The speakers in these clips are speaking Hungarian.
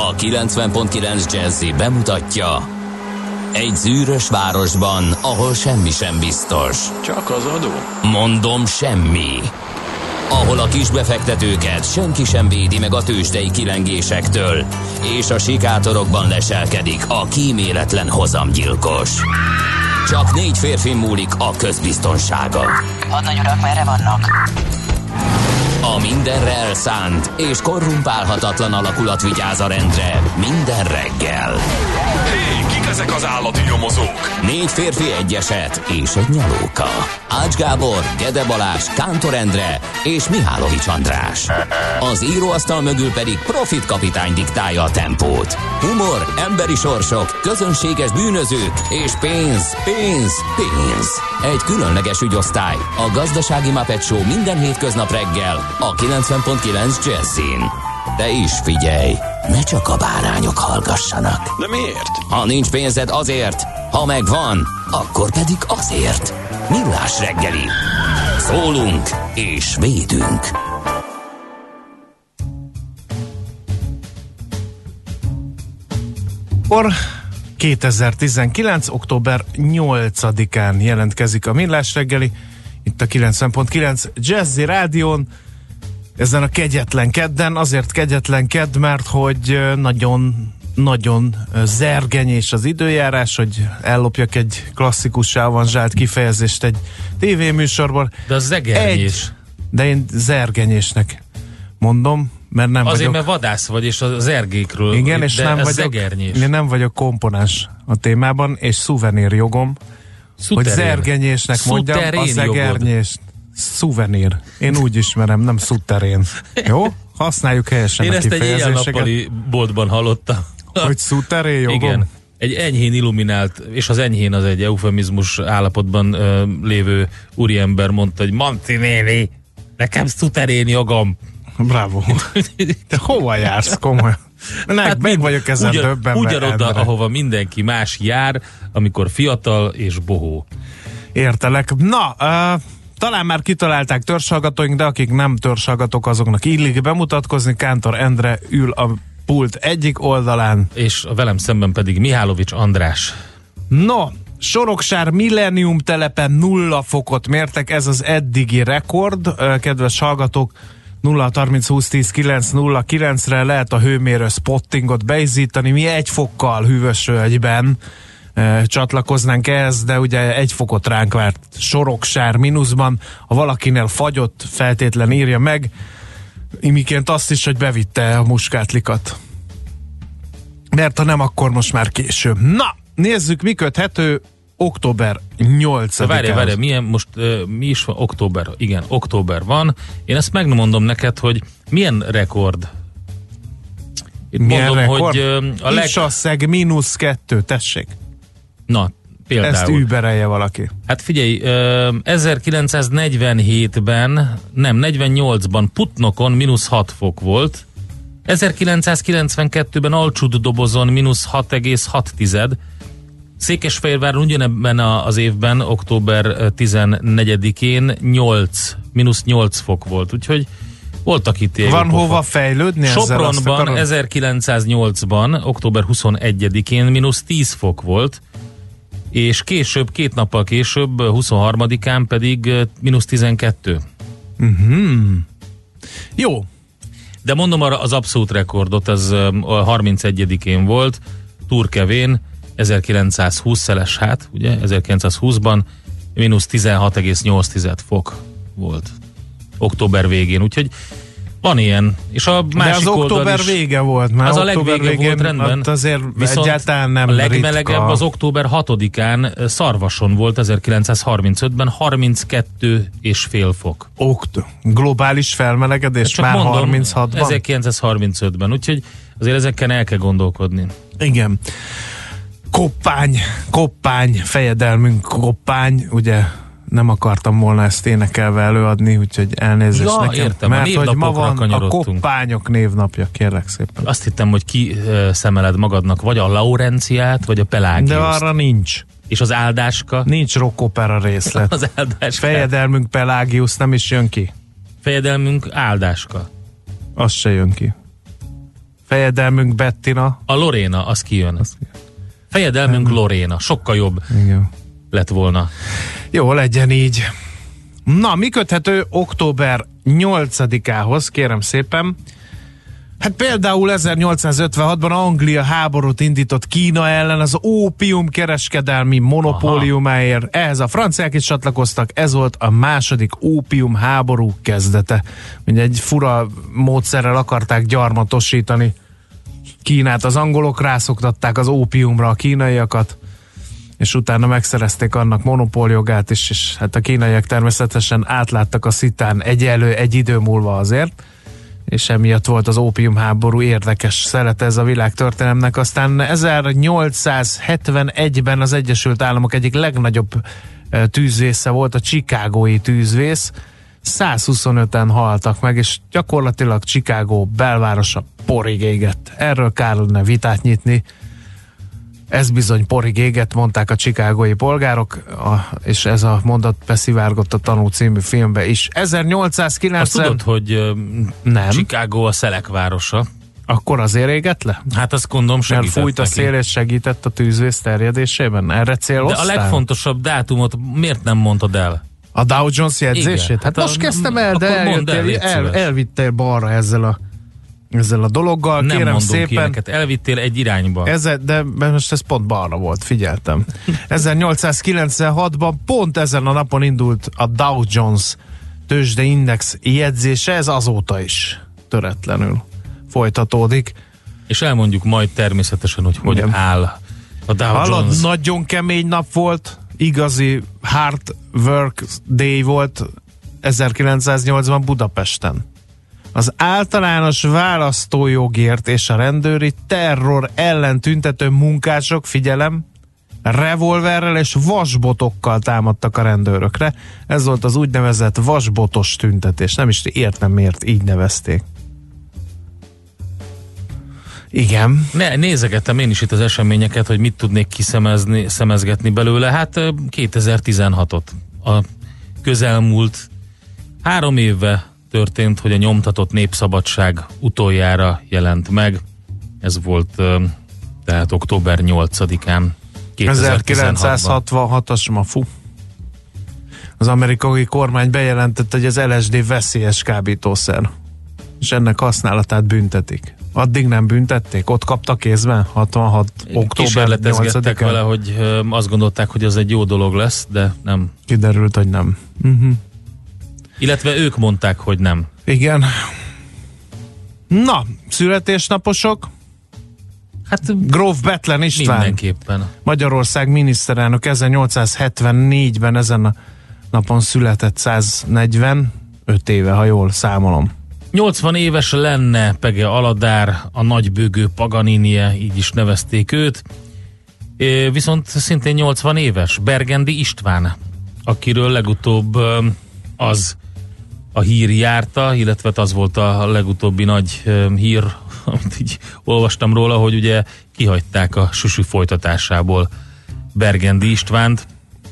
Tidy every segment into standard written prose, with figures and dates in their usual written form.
A 90.9 Jazzy bemutatja: egy zűrös városban, ahol semmi sem biztos. Csak az adó? Mondom, semmi. Ahol a kisbefektetőket senki sem védi meg a tőzsdei kilengésektől, és a sikátorokban leselkedik a kíméletlen hozamgyilkos. Csak 4 férfi múlik a közbiztonsága. Hadnagy urak, merre vannak? A mindenre elszánt és korrumpálhatatlan alakulat vigyáz a rendre minden reggel. Hé, kik ezek az állati nyomozók? 4 férfi, egy eset és egy nyalóka. Ács Gábor, Gede Balázs, Kántor Endre és Mihálovics András. Az íróasztal mögül pedig Profit kapitány diktálja a tempót. Humor, emberi sorsok, közönséges bűnözők és pénz, pénz, pénz. Egy különleges ügyosztály, a Gazdasági Muppet Show minden hétköznap reggel a 90.9 Jazzyn. De is figyelj, ne csak a bárányok hallgassanak. De miért? Ha nincs pénzed, azért, ha megvan, akkor pedig azért. Millás reggeli. Szólunk és védünk. Or 2019. október 8-án jelentkezik a Millás reggeli, itt a 90.9 Jazzy Rádión, ezen a kegyetlen kedden. Azért kegyetlen kedd, mert hogy nagyon zergenyés az időjárás, hogy ellopjak egy klasszikussá avanzsált kifejezést egy tévéműsorban. De az zegernyés. De én zergenyésnek mondom, mert nem azért, vagyok... mert vadász vagy, és a zergékről. Igen, és de nem ez vagyok, zegernyés. én nem vagyok komponens a témában, és szuvenír jogom, hogy zergenyésnek mondjam a zegernyést. Szuvenír. Én úgy ismerem, nem szutterén. Jó? Használjuk helyesen én a kifejezéseket. Én ezt egy éjjel-nappali boltban hallottam. Hogy szutterén jogom? Igen. Egy enyhén illuminált, és az enyhén az egy eufemizmus állapotban lévő úriember mondta, hogy Manci néni, nekem szuterén jogom. Bravo. Te hova jársz, komolyan? Hát meg vagyok ezen döbbenve. Ugyanoda, ahova mindenki más jár, amikor fiatal és bohó. Értelek. Na, talán már kitalálták törzshallgatóink, de akik nem törzshallgatók, azoknak illik bemutatkozni. Kántor Endre ül a pult egyik oldalán. És velem szemben pedig Mihálovics András. No, Soroksár Millennium telepen 0 fokot mértek, ez az eddigi rekord. Kedves hallgatók, 0-30-20-10-9-0-9-re lehet a hőmérő spottingot beizítani. Mi 1 fokkal Hűvösvölgyben csatlakoznánk ehhez, de ugye 1 fokot ránk várt Soroksár mínuszban. Ha valakinél fagyott, feltétlen írja meg, imiként azt is, hogy bevitte a muskátlikat. Mert ha nem, akkor most már késő. Na, nézzük, mi köthető október 8-án. Várj, milyen most, mi is van? Október. Igen, október van. Én ezt megmondom neked, hogy milyen rekord. Itt milyen mondom, rekord? Hogy Isasszeg -2, tessék. Na, például. Ezt überelje valaki. Hát figyelj, 1947-ben, nem, 48-ban Putnokon -6 fok volt, 1992-ben Alcsúd-dobozon -6,6, Székesfehérváron ugyanebben az évben, október 14-én -8 fok volt, úgyhogy voltak itt égő Van pofa. hova fejlődni? Sopronban 1908-ban, október 21-én -10 fok volt, és később, 2 nappal később, 23-án pedig -12. Jó. De mondom az abszolút rekordot, ez a 31-én volt, Turkevén, 1920 szeles hát, ugye, 1920-ban -16,8 fok volt október végén, úgyhogy van ilyen, és a másik de az október is, vége volt, mert az a legvége volt, rendben. Azért viszont egyáltalán nem a legmelegebb ritka. az október 6-án Szarvason volt 1935-ben 32,5 fok. Globális felmelegedés Csak már mondom, 36-ban? 1935-ben, úgyhogy azért ezeken el kell gondolkodni. Igen. Koppány, fejedelmünk koppány, ugye nem akartam volna ezt énekelve előadni, úgyhogy elnézést ja, nekem. Értem, mert hogy ma van a kanyarodtunk. koppányok névnapja, kérlek szépen. Azt hittem, hogy ki szemeled magadnak vagy a Laurenciát, vagy a Pelágiuszt. De arra nincs. És az Áldáska? Nincs rockopera részlet. Az Áldáska. Fejedelmünk Pelágiusz nem is jön ki. Fejedelmünk Áldáska. Az se jön ki. Fejedelmünk Bettina. A Lorena, az kijön. Fejedelmünk Lorena, sokkal jobb Igen. lett volna. Jó, legyen így. Na, mi köthető október 8-ához, kérem szépen? Hát például 1856-ban Anglia háborút indított Kína ellen az ópium kereskedelmi monopóliumáért. Ehhez a franciák is csatlakoztak, ez volt a második ópium háború kezdete. Ugye egy fura módszerrel akarták gyarmatosítani Kínát, az angolok rászoktatták az ópiumra a kínaiakat, és utána megszerezték annak monopóljogát is, és hát a kínaiak természetesen átláttak a szitán egy idő múlva azért, és emiatt volt az ópiumháború érdekes szelete ez a világtörténelemnek. Aztán 1871-ben az Egyesült Államok egyik legnagyobb tűzvésze volt a chicagói tűzvész. 125-en haltak meg, és gyakorlatilag Chicago belvárosa porig égett. Erről kellene vitát nyitni. Ez bizony porig égett, mondták a chicagói polgárok, és ez a mondat beszivárgott a Tanú című filmbe is. 1890... Azt tudod, hogy nem. Chicago a szelek városa. Akkor azért égett le? Hát azt gondolom segített Mert fújt a neki. szél és segített a tűzvész terjedésében? Erre De céloztál? a legfontosabb dátumot miért nem mondtad el? A Dow Jones jegyzését? Igen. Hát Hát most kezdtem el, de akkor mondd el, légy szíves. elvittél balra ezzel a dologgal. Nem Kérem mondunk szépen. ilyeneket. Elvittél egy irányba. De most ez pont balra volt, figyeltem. 1896-ban pont ezen a napon indult a Dow Jones tőzsdeindex jegyzése, ez azóta is töretlenül folytatódik. És elmondjuk majd természetesen, hogy Igen. áll a Dow Hallod, Jones. nagyon kemény nap volt, igazi hard work day volt 1980 Budapesten. Az általános választójogért és a rendőri terror ellen tüntető munkások, figyelem, revolverrel és vasbotokkal támadtak a rendőrökre. Ez volt az úgynevezett vasbotos tüntetés. Nem is értem, miért így nevezték. Igen. Nézegettem én is itt az eseményeket, hogy mit tudnék szemezgetni belőle. Hát 2016-ot. A közelmúlt 3 évve történt, hogy a nyomtatott Népszabadság utoljára jelent meg. Ez volt tehát október 8-án 2016-ban. 1966-as mafu. Az amerikai kormány bejelentette, hogy az LSD veszélyes kábítószer, és ennek használatát büntetik. Addig nem büntették? Ott kapta kézben? 66. október Kísérletezgettek 8-án? vele, hogy azt gondolták, hogy az egy jó dolog lesz, de nem. Kiderült, hogy nem. Illetve ők mondták, hogy nem. Igen. Na, születésnaposok. Hát Gróf Bethlen István, mindenképpen. Magyarország miniszterelnök 1874-ben ezen a napon született, 145 éve, ha jól számolom. 80 éves lenne Pege Aladár, a nagybőgő Paganinie, így is nevezték őt. Viszont szintén 80 éves Bergendi István, akiről legutóbb az a hír járta, illetve az volt a legutóbbi nagy hír, amit így olvastam róla, hogy ugye kihagyták a Süsü folytatásából Bergendi Istvánt.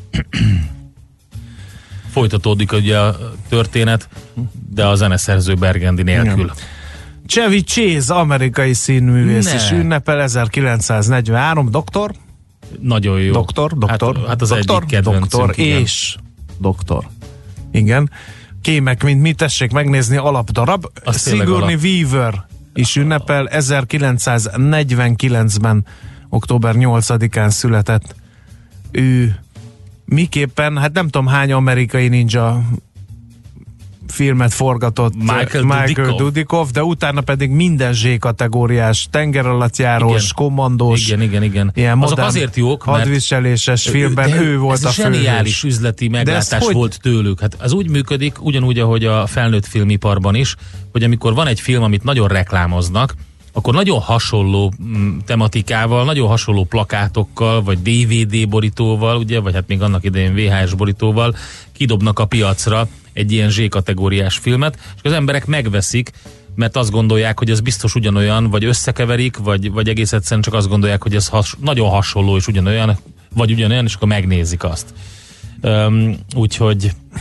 Folytatódik ugye a történet, de a zeneszerző Bergendi nélkül. Chevy Chase, amerikai színművész is ünnepel, 1943, doktor. Nagyon jó. Doktor. Hát az doktor, egyik kedvencünk. doktor igen. és doktor. Igen. Kémek, mint mi, tessék megnézni, alapdarab. Az tényleg Sigourney Weaver is ünnepel, 1949-ben, október 8-án született. Ő miképpen, hát nem tudom hány amerikai ninja filmet forgatott Michael Dudikoff, de utána pedig minden Z-kategóriás, tengeralattjárós, kommandós, igen. ilyen Azok modern azért jók, mert hadviseléses filmben ő volt a főhős. zseniális üzleti meglátás volt tőlük. Hát az úgy működik, ugyanúgy, ahogy a felnőtt filmiparban is, hogy amikor van egy film, amit nagyon reklámoznak, akkor nagyon hasonló tematikával, nagyon hasonló plakátokkal, vagy DVD borítóval, ugye, vagy hát még annak idején VHS borítóval kidobnak a piacra egy ilyen Z-kategóriás filmet, és az emberek megveszik, mert azt gondolják, hogy ez biztos ugyanolyan, vagy összekeverik, vagy egész egyszerűen csak azt gondolják, hogy ez nagyon hasonló és ugyanolyan, vagy ugyanolyan, és akkor megnézik azt. Úgyhogy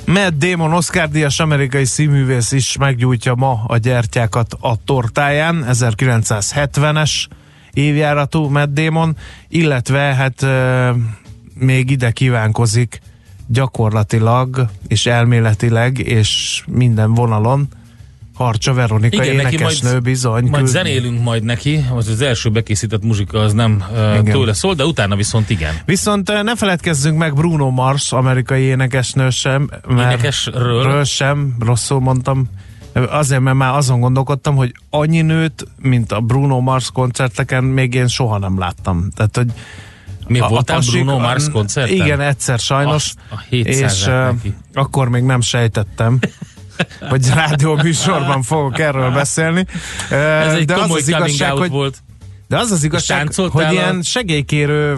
Matt Damon, Oscar-díjas amerikai színművész is meggyújtja ma a gyertyákat a tortáján, 1970-es évjáratú Matt Damon, illetve hát még ide kívánkozik gyakorlatilag és elméletileg és minden vonalon Harcsa Veronika, énekesnő, bizony. Majd zenélünk majd neki, az első bekészített muzsika az nem tőle szól, de utána viszont igen. Viszont ne feledkezzünk meg Bruno Mars, amerikai énekesnő sem. Énekesről sem, rosszul mondtam. Azért, mert már azon gondolkodtam, hogy annyi nőt, mint a Bruno Mars koncerteken még én soha nem láttam. Tehát, hogy mi voltál Bruno Mars koncerten? Igen, egyszer sajnos. A 700 és akkor még nem sejtettem, hogy rádióműsorban fogok erről beszélni. Ez egy komoly coming out volt. De az az igazság, hogy ilyen segélykérő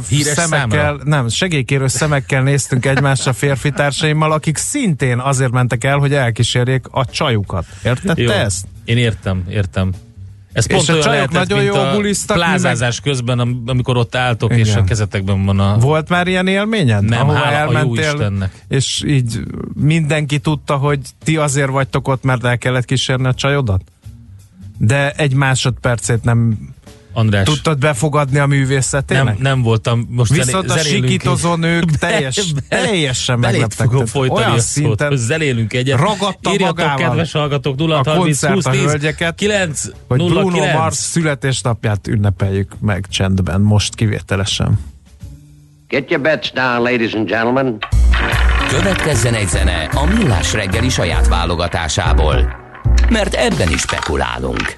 szemekkel néztünk egymásra férfi társaimmal, akik szintén azért mentek el, hogy elkísérjék a csajukat. Érted te ezt? Én értem. Ez és pont olyan lehetett, nagyon mint a plázázás közben, amikor ott álltok, igen, és a kezetekben van a... Volt már ilyen élményed? Nem, hála a jó Istennek. És így mindenki tudta, hogy ti azért vagytok ott, mert el kellett kísérni a csajodat? De egy másodpercét nem... András, tudtad befogadni a művészetének? Nem voltam. Most viszont a sikítozó nők teljesen megleptek. Fogom folytani a szót, hogy zenélünk egyet. Ragadta írjatok, magával kedves hallgatók, 0-30-20-10-9-09. hogy Bruno Mars születésnapját ünnepeljük meg csendben, most kivételesen. Get your bets down, ladies and gentlemen. Következzen egy zene a Millás reggeli saját válogatásából, mert ebben is spekulálunk.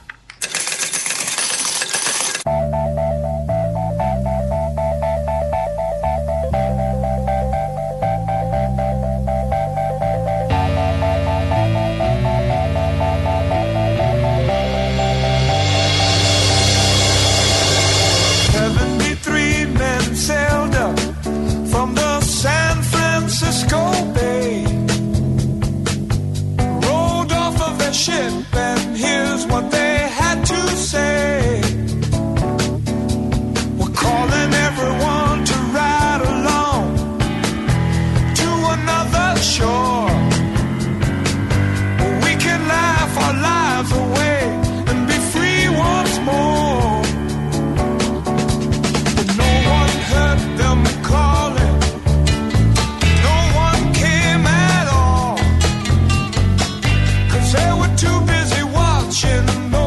Too busy watching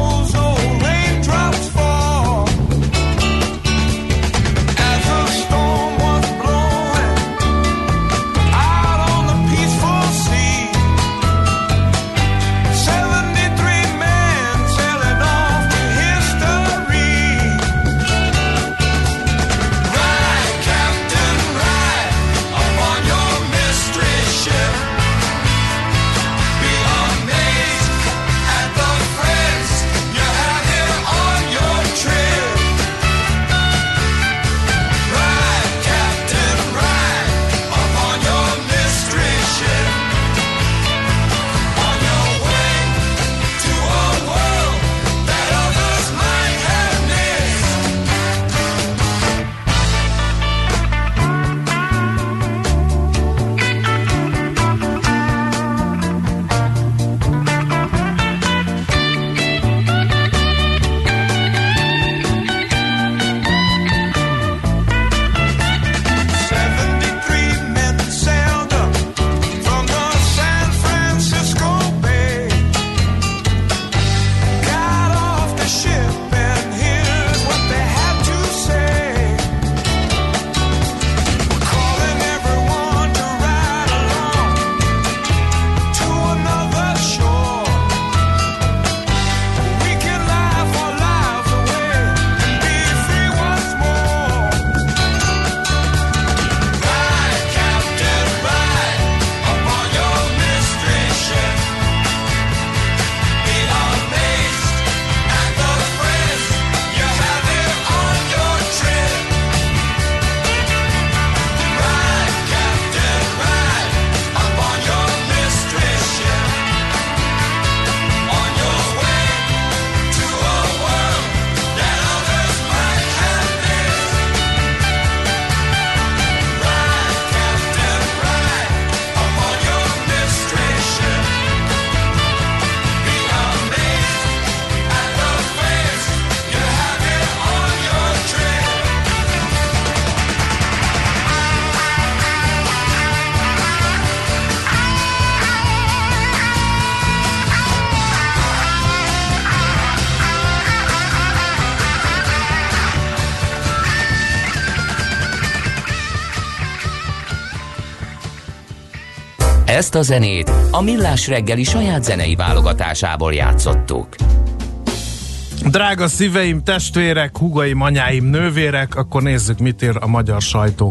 Ezt a zenét a Millás reggeli saját zenei válogatásából játszottuk. Drága szíveim, testvérek, húgaim, anyáim, nővérek, akkor nézzük, mit ír a magyar sajtó.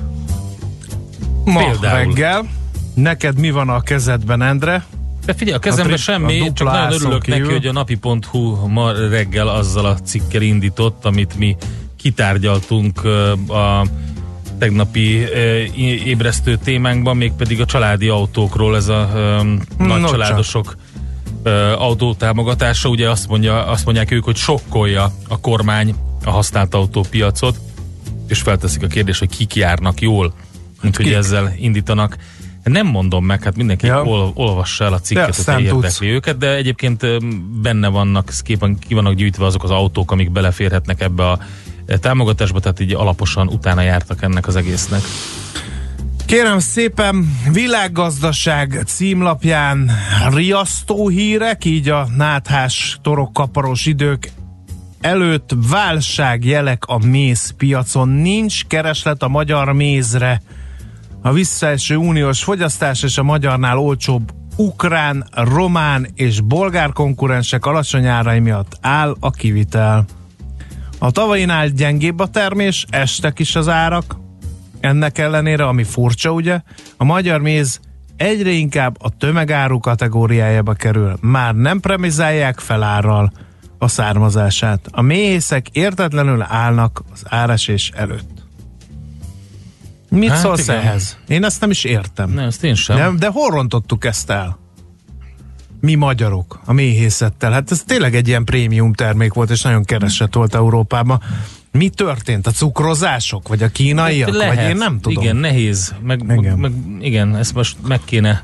Ma reggel. Neked mi van a kezedben, Endre? De figyelj, a kezemben semmi, csak nagyon örülök neki, hogy a napi.hu ma reggel azzal a cikkel indított, amit mi kitárgyaltunk a tegnapi ébresztő témánkban, mégpedig a családi autókról, ez a nagycsaládosok autótámogatása. Ugye azt mondják ők, hogy sokkolja a kormány a használt autópiacot, és felteszik a kérdést, hogy kik járnak jól, mint hogy ezzel indítanak. Nem mondom meg, hát mindenki olvassa el a cikket, hogy érdekli őket, de egyébként benne vannak, ki vannak gyűjtve azok az autók, amik beleférhetnek ebbe a támogatásba, tehát így alaposan utána jártak ennek az egésznek. Kérem szépen, Világgazdaság címlapján riasztó hírek, így a náthás, torokkaparós idők előtt válságjelek a mézpiacon. Nincs kereslet a magyar mézre. A visszaeső uniós fogyasztás és a magyarnál olcsóbb ukrán, román és bolgár konkurensek alacsony árai miatt áll a kivitel. A tavainál gyengébb a termés, estek is az árak. Ennek ellenére, ami furcsa ugye, a magyar méz egyre inkább a tömegáru kategóriájába kerül. Már nem premizálják fel árral a származását. A méhészek értetlenül állnak az áresés előtt. Mit szólsz ehhez? Én ezt nem is értem. Nem, ezt én sem. De hol rontottuk ezt el? Mi magyarok a méhészettel. Hát ez tényleg egy ilyen prémium termék volt, és nagyon keresett volt Európában. Mi történt? A cukrozások? Vagy a kínaiak? Lehet. Vagy én nem tudom. Igen, nehéz. Igen, ezt most meg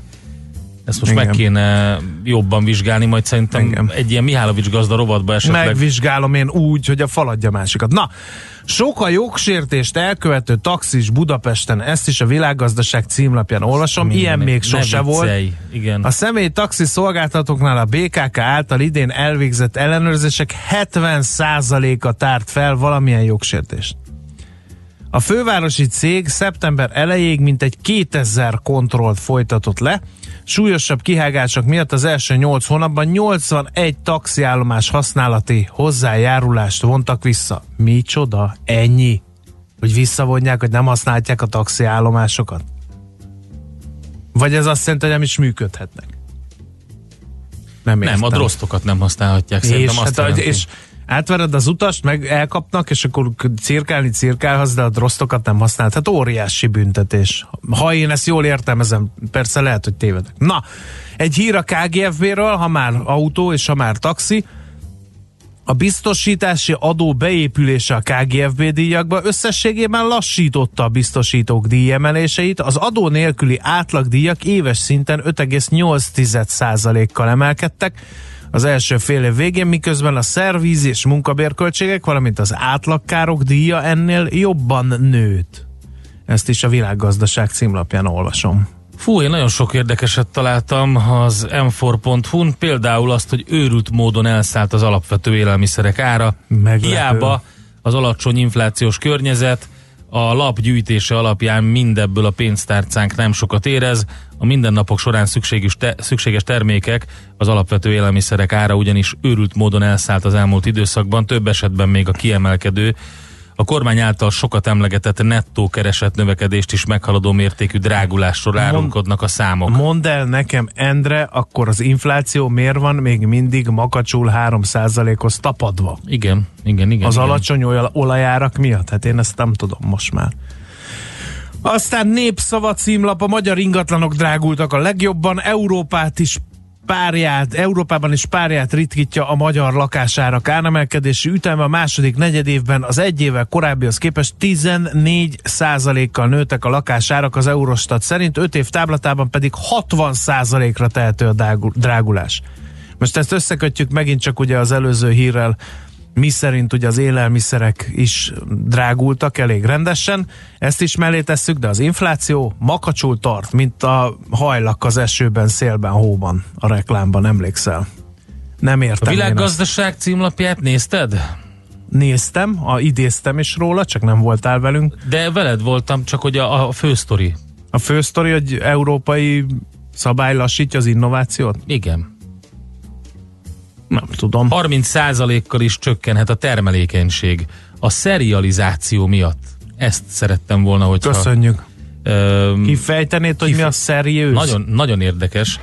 kéne jobban vizsgálni, majd szerintem egy ilyen Mihálovics gazda rovatba esetleg. Megvizsgálom én úgy, hogy a faladja másikat. Na, sok a jogsértést elkövető taxis Budapesten, ezt is a Világgazdaság címlapján olvasom, ilyen még sose volt. Igen. A személyi taxi szolgáltatóknál a BKK által idén elvégzett ellenőrzések 70%-a tárt fel valamilyen jogsértést. A fővárosi cég szeptember elejéig mintegy 2000 kontrollt folytatott le, súlyosabb kihágások miatt az első 8 hónapban 81 taxiállomás használati hozzájárulást vontak vissza. Micsoda? Ennyi? Hogy visszavonják, hogy nem használják a taxiállomásokat? Vagy ez azt jelenti, hogy nem is működhetnek? Nem, a drosztokat nem használhatják. És átvered az utast, meg elkapnak, és akkor cirkálhatsz, de a drosztokat nem használt. Hát óriási büntetés. Ha én ezt jól értelmezem, persze lehet, hogy tévedek. Na, egy hír a KGFB-ről, ha már autó és ha már taxi. A biztosítási adó beépülése a KGFB díjakba összességében lassította a biztosítók díjemeléseit. Az adó nélküli átlagdíjak éves szinten 5,8%-kal emelkedtek az első fél év végén, miközben a szervíz és munkabérköltségek, valamint az átlagkárok díja ennél jobban nőtt. Ezt is a Világgazdaság címlapján olvasom. Fú, én nagyon sok érdekeset találtam az m4.hu-n, például azt, hogy őrült módon elszállt az alapvető élelmiszerek ára. Meglepő. Hiába az alacsony inflációs környezet, a lap gyűjtése alapján mindebből a pénztárcánk nem sokat érez, a mindennapok során szükséges termékek, az alapvető élelmiszerek ára ugyanis őrült módon elszállt az elmúlt időszakban, több esetben még a kiemelkedő, a kormány által sokat emlegetett nettó keresett növekedést is meghaladó mértékű drágulásról árulkodnak a számok. Mondd el nekem, Endre, akkor az infláció miért van még mindig makacsul 3%-hoz tapadva? Igen. Az alacsony olajárak miatt? Hát én ezt nem tudom most már. Aztán Népszava címlap, a magyar ingatlanok drágultak a legjobban, Európában is párját ritkítja a magyar lakásárak áremelkedési üteme. A második negyedévben az egy évvel korábbihoz képest 14%-kal nőttek a lakásárak az Eurostat szerint, 5 év táblatában pedig 60%-ra tehető a drágulás. Most ezt összekötjük megint csak ugye az előző hírrel, mi szerint ugye az élelmiszerek is drágultak elég rendesen, ezt is mellé tesszük, de az infláció makacsul tart, mint a hajlak az esőben, szélben, hóban, a reklámban, emlékszel? Nem értem. A Világgazdaság címlapját nézted? Néztem, idéztem is róla, csak nem voltál velünk. De veled voltam, csak hogy a fősztori. A fősztori, hogy európai szabály lassítja az innovációt? Igen. Nem tudom. 30%-kal is csökkenhet a termelékenység a szerializáció miatt. Ezt szerettem volna, hogyha... Köszönjük. Kifejtenéd, hogy mi a szeriőz? Nagyon, nagyon érdekes.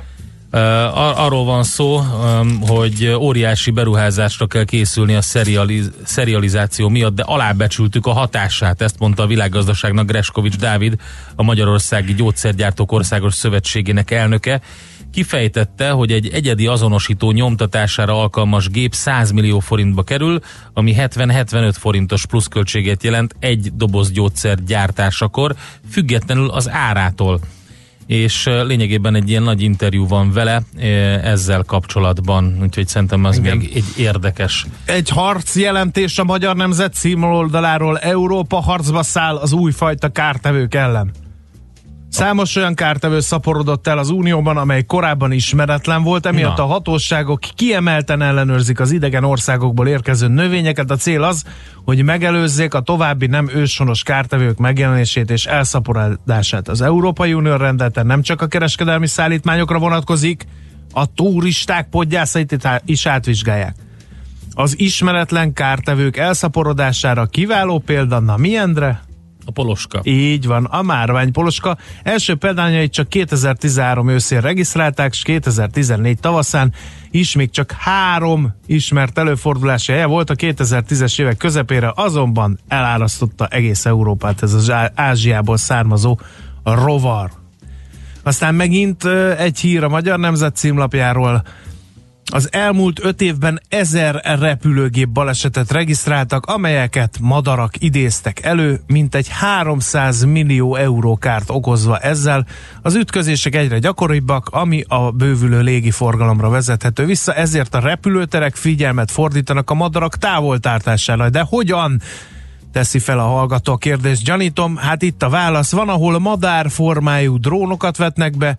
Arról van szó, hogy óriási beruházásra kell készülni a szerializáció miatt, de alábecsültük a hatását. Ezt mondta a Világgazdaságnak Greskovics Dávid, a Magyarországi Gyógyszergyártók Országos Szövetségének elnöke. Kifejtette, hogy egy egyedi azonosító nyomtatására alkalmas gép 100 millió forintba kerül, ami 70-75 forintos pluszköltséget jelent egy doboz gyógyszer gyártásakor, függetlenül az árától. És lényegében egy ilyen nagy interjú van vele ezzel kapcsolatban, úgyhogy szerintem az még egy érdekes. Egy harcjelentés a Magyar Nemzet címoldaláról: Európa harcba száll az újfajta kártevők ellen. Számos olyan kártevő szaporodott el az Unióban, amely korábban ismeretlen volt, emiatt a hatóságok kiemelten ellenőrzik az idegen országokból érkező növényeket. A cél az, hogy megelőzzék a további nem őshonos kártevők megjelenését és elszaporodását. Az Európai Unió rendelete nem csak a kereskedelmi szállítmányokra vonatkozik, a turisták podgyászait is átvizsgálják. Az ismeretlen kártevők elszaporodására kiváló példa, na mi, Endre? A poloska. Így van, a márványpoloska. Első példányait csak 2013 őszén regisztrálták, és 2014 tavaszán is még csak 3 ismert előfordulási helye volt. A 2010-es évek közepére azonban elárasztotta egész Európát ez az Ázsiából származó rovar. Aztán megint egy hír a Magyar Nemzet címlapjáról. Az elmúlt 5 évben 1000 repülőgép balesetet regisztráltak, amelyeket madarak idéztek elő, mintegy 300 millió euró kárt okozva ezzel. Az ütközések egyre gyakoribbak, ami a bővülő légiforgalomra vezethető vissza, ezért a repülőterek figyelmet fordítanak a madarak távoltartására. De hogyan? Teszi fel a hallgató a kérdést. Gyanítom, hát itt a válasz. Van, ahol madárformájú drónokat vetnek be,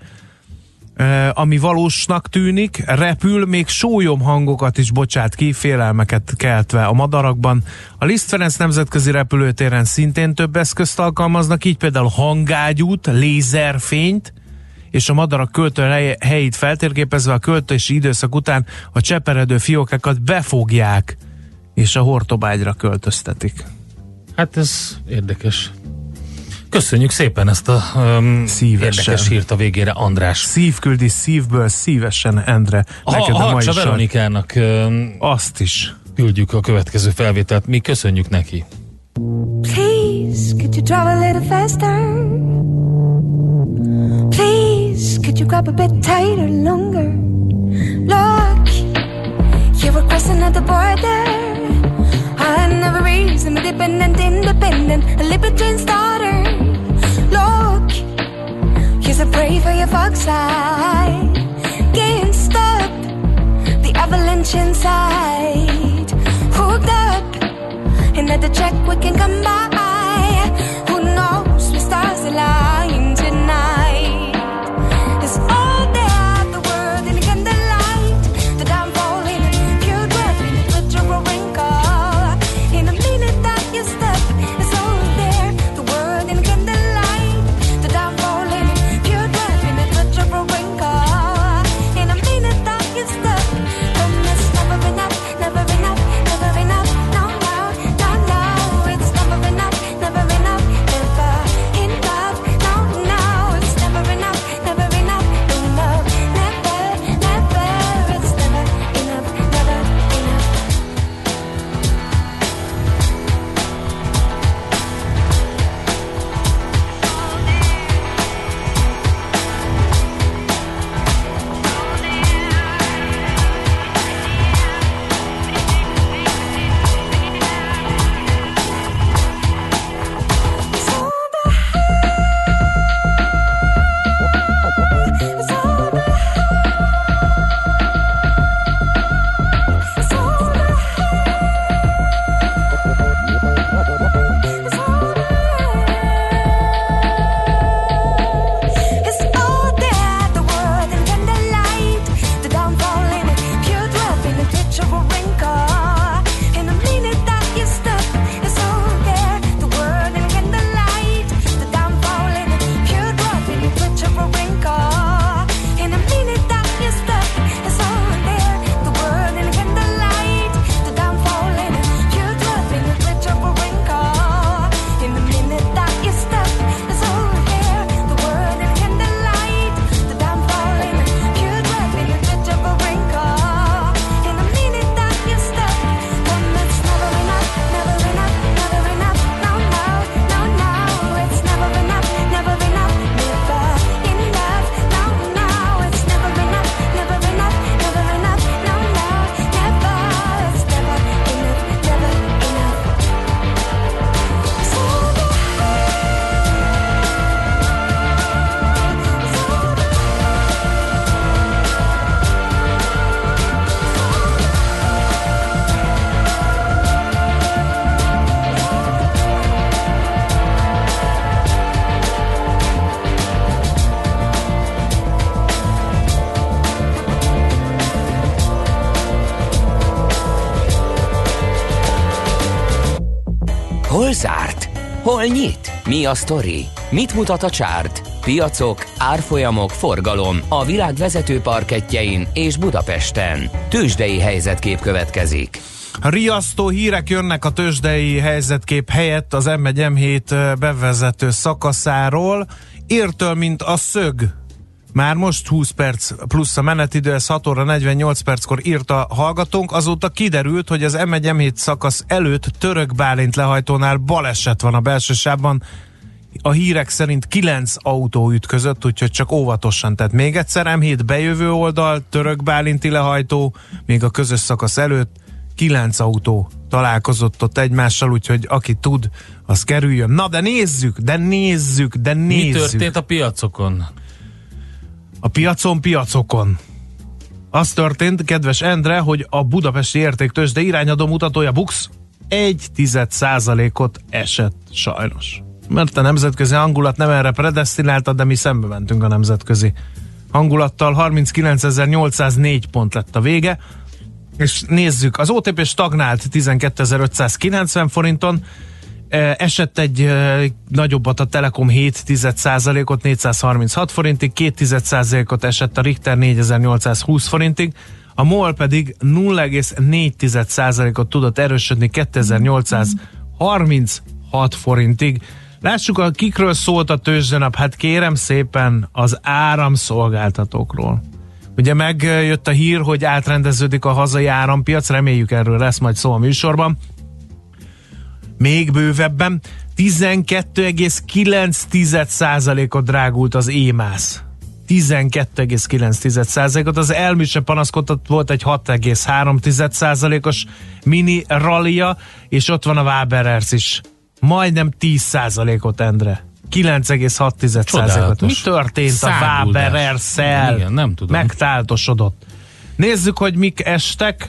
ami valósnak tűnik, repül, még sólyomhangokat is bocsát ki, félelmeket keltve a madarakban. A Liszt Ferenc nemzetközi repülőtéren szintén több eszközt alkalmaznak, így például hangágyút, lézerfényt, és a madarak költő helyét feltérképezve a költési időszak után a cseperedő fiókákat befogják, és a hortobágyra költöztetik. Hát ez érdekes. Köszönjük szépen ezt a érdekes hírt a végére, András. Szív küldi szívből, szívesen, Endre. Neked a Harcsa Veronikának azt is küldjük a következő felvételt. Mi köszönjük neki. Please, could you drive a little faster? Please, could you grab a bit tighter, longer? Look, you were crossing at the border. I never reason, independent, a libertine's daughter. Look, you're so brave for your fox eye. Can't stop the avalanche inside. Hooked up, and at the track we can come by. Who knows, we stars align tonight. It's all there, the world in the candlelight. The downfall in pure breath, in the glitter of wrinkle. In a minute that you step, it's all there. The world in the candlelight. The downfall in pure breath, in the glitter of a wrinkle. In a minute that you step, and it's never enough, never enough, never enough. No, no, no, no, it's never enough. Hol zárt? Hol nyit? Mi a sztori? Mit mutat a csárt? Piacok, árfolyamok, forgalom a világ vezető parkettjein és Budapesten. Tőzsdei helyzetkép következik. Riasztó hírek jönnek a tőzsdei helyzetkép helyett az M1-M7 bevezető szakaszáról. Értől, mint a szög. Már most 20 perc plusz a menetidő, ez 6 óra 48 perckor írt a hallgatónk. Azóta kiderült, hogy az M1-M7 szakasz előtt Török Bálint lehajtónál baleset van a belső sávban. A hírek szerint 9 autó ütközött, úgyhogy csak óvatosan. Tehát még egyszer M7 bejövő oldal, Török Bálinti lehajtó, még a közös szakasz előtt 9 autó találkozott ott egymással, úgyhogy aki tud, az kerüljön. Na, de nézzük. Mi történt a piacokon? A piacokon. Az történt, kedves Endre, hogy a budapesti értéktőzsde irányadó mutatója BUX 0,1%-ot esett sajnos. Mert a nemzetközi hangulat nem erre predesztinálta, de mi szembe mentünk a nemzetközi hangulattal. 39.804 pont lett a vége. És nézzük, az OTP stagnált 12.590 forinton, esett egy nagyobbat a Telekom 0,7%-ot 436 forintig, 0,2%-ot esett a Richter 4820 forintig, a MOL pedig 0,4%-ot tudott erősödni 2836 forintig. Lássuk, kikről szólt a tőzsdenap, hát kérem szépen az áramszolgáltatókról. Ugye megjött a hír, hogy átrendeződik a hazai árampiac, reméljük erről lesz majd szó a műsorban. Még bővebben 12,9%-ot drágult az EMAS. 12,9%-ot. Az Elmű se panaszkodott, volt egy 6,3%-os mini rallia, és ott van a Waberers is. Majdnem 10%-ot, Endre. 9,6%-ot. Mi történt a Waberers-szel? Igen, nem tudom. Megtáltosodott. Nézzük, hogy mik estek.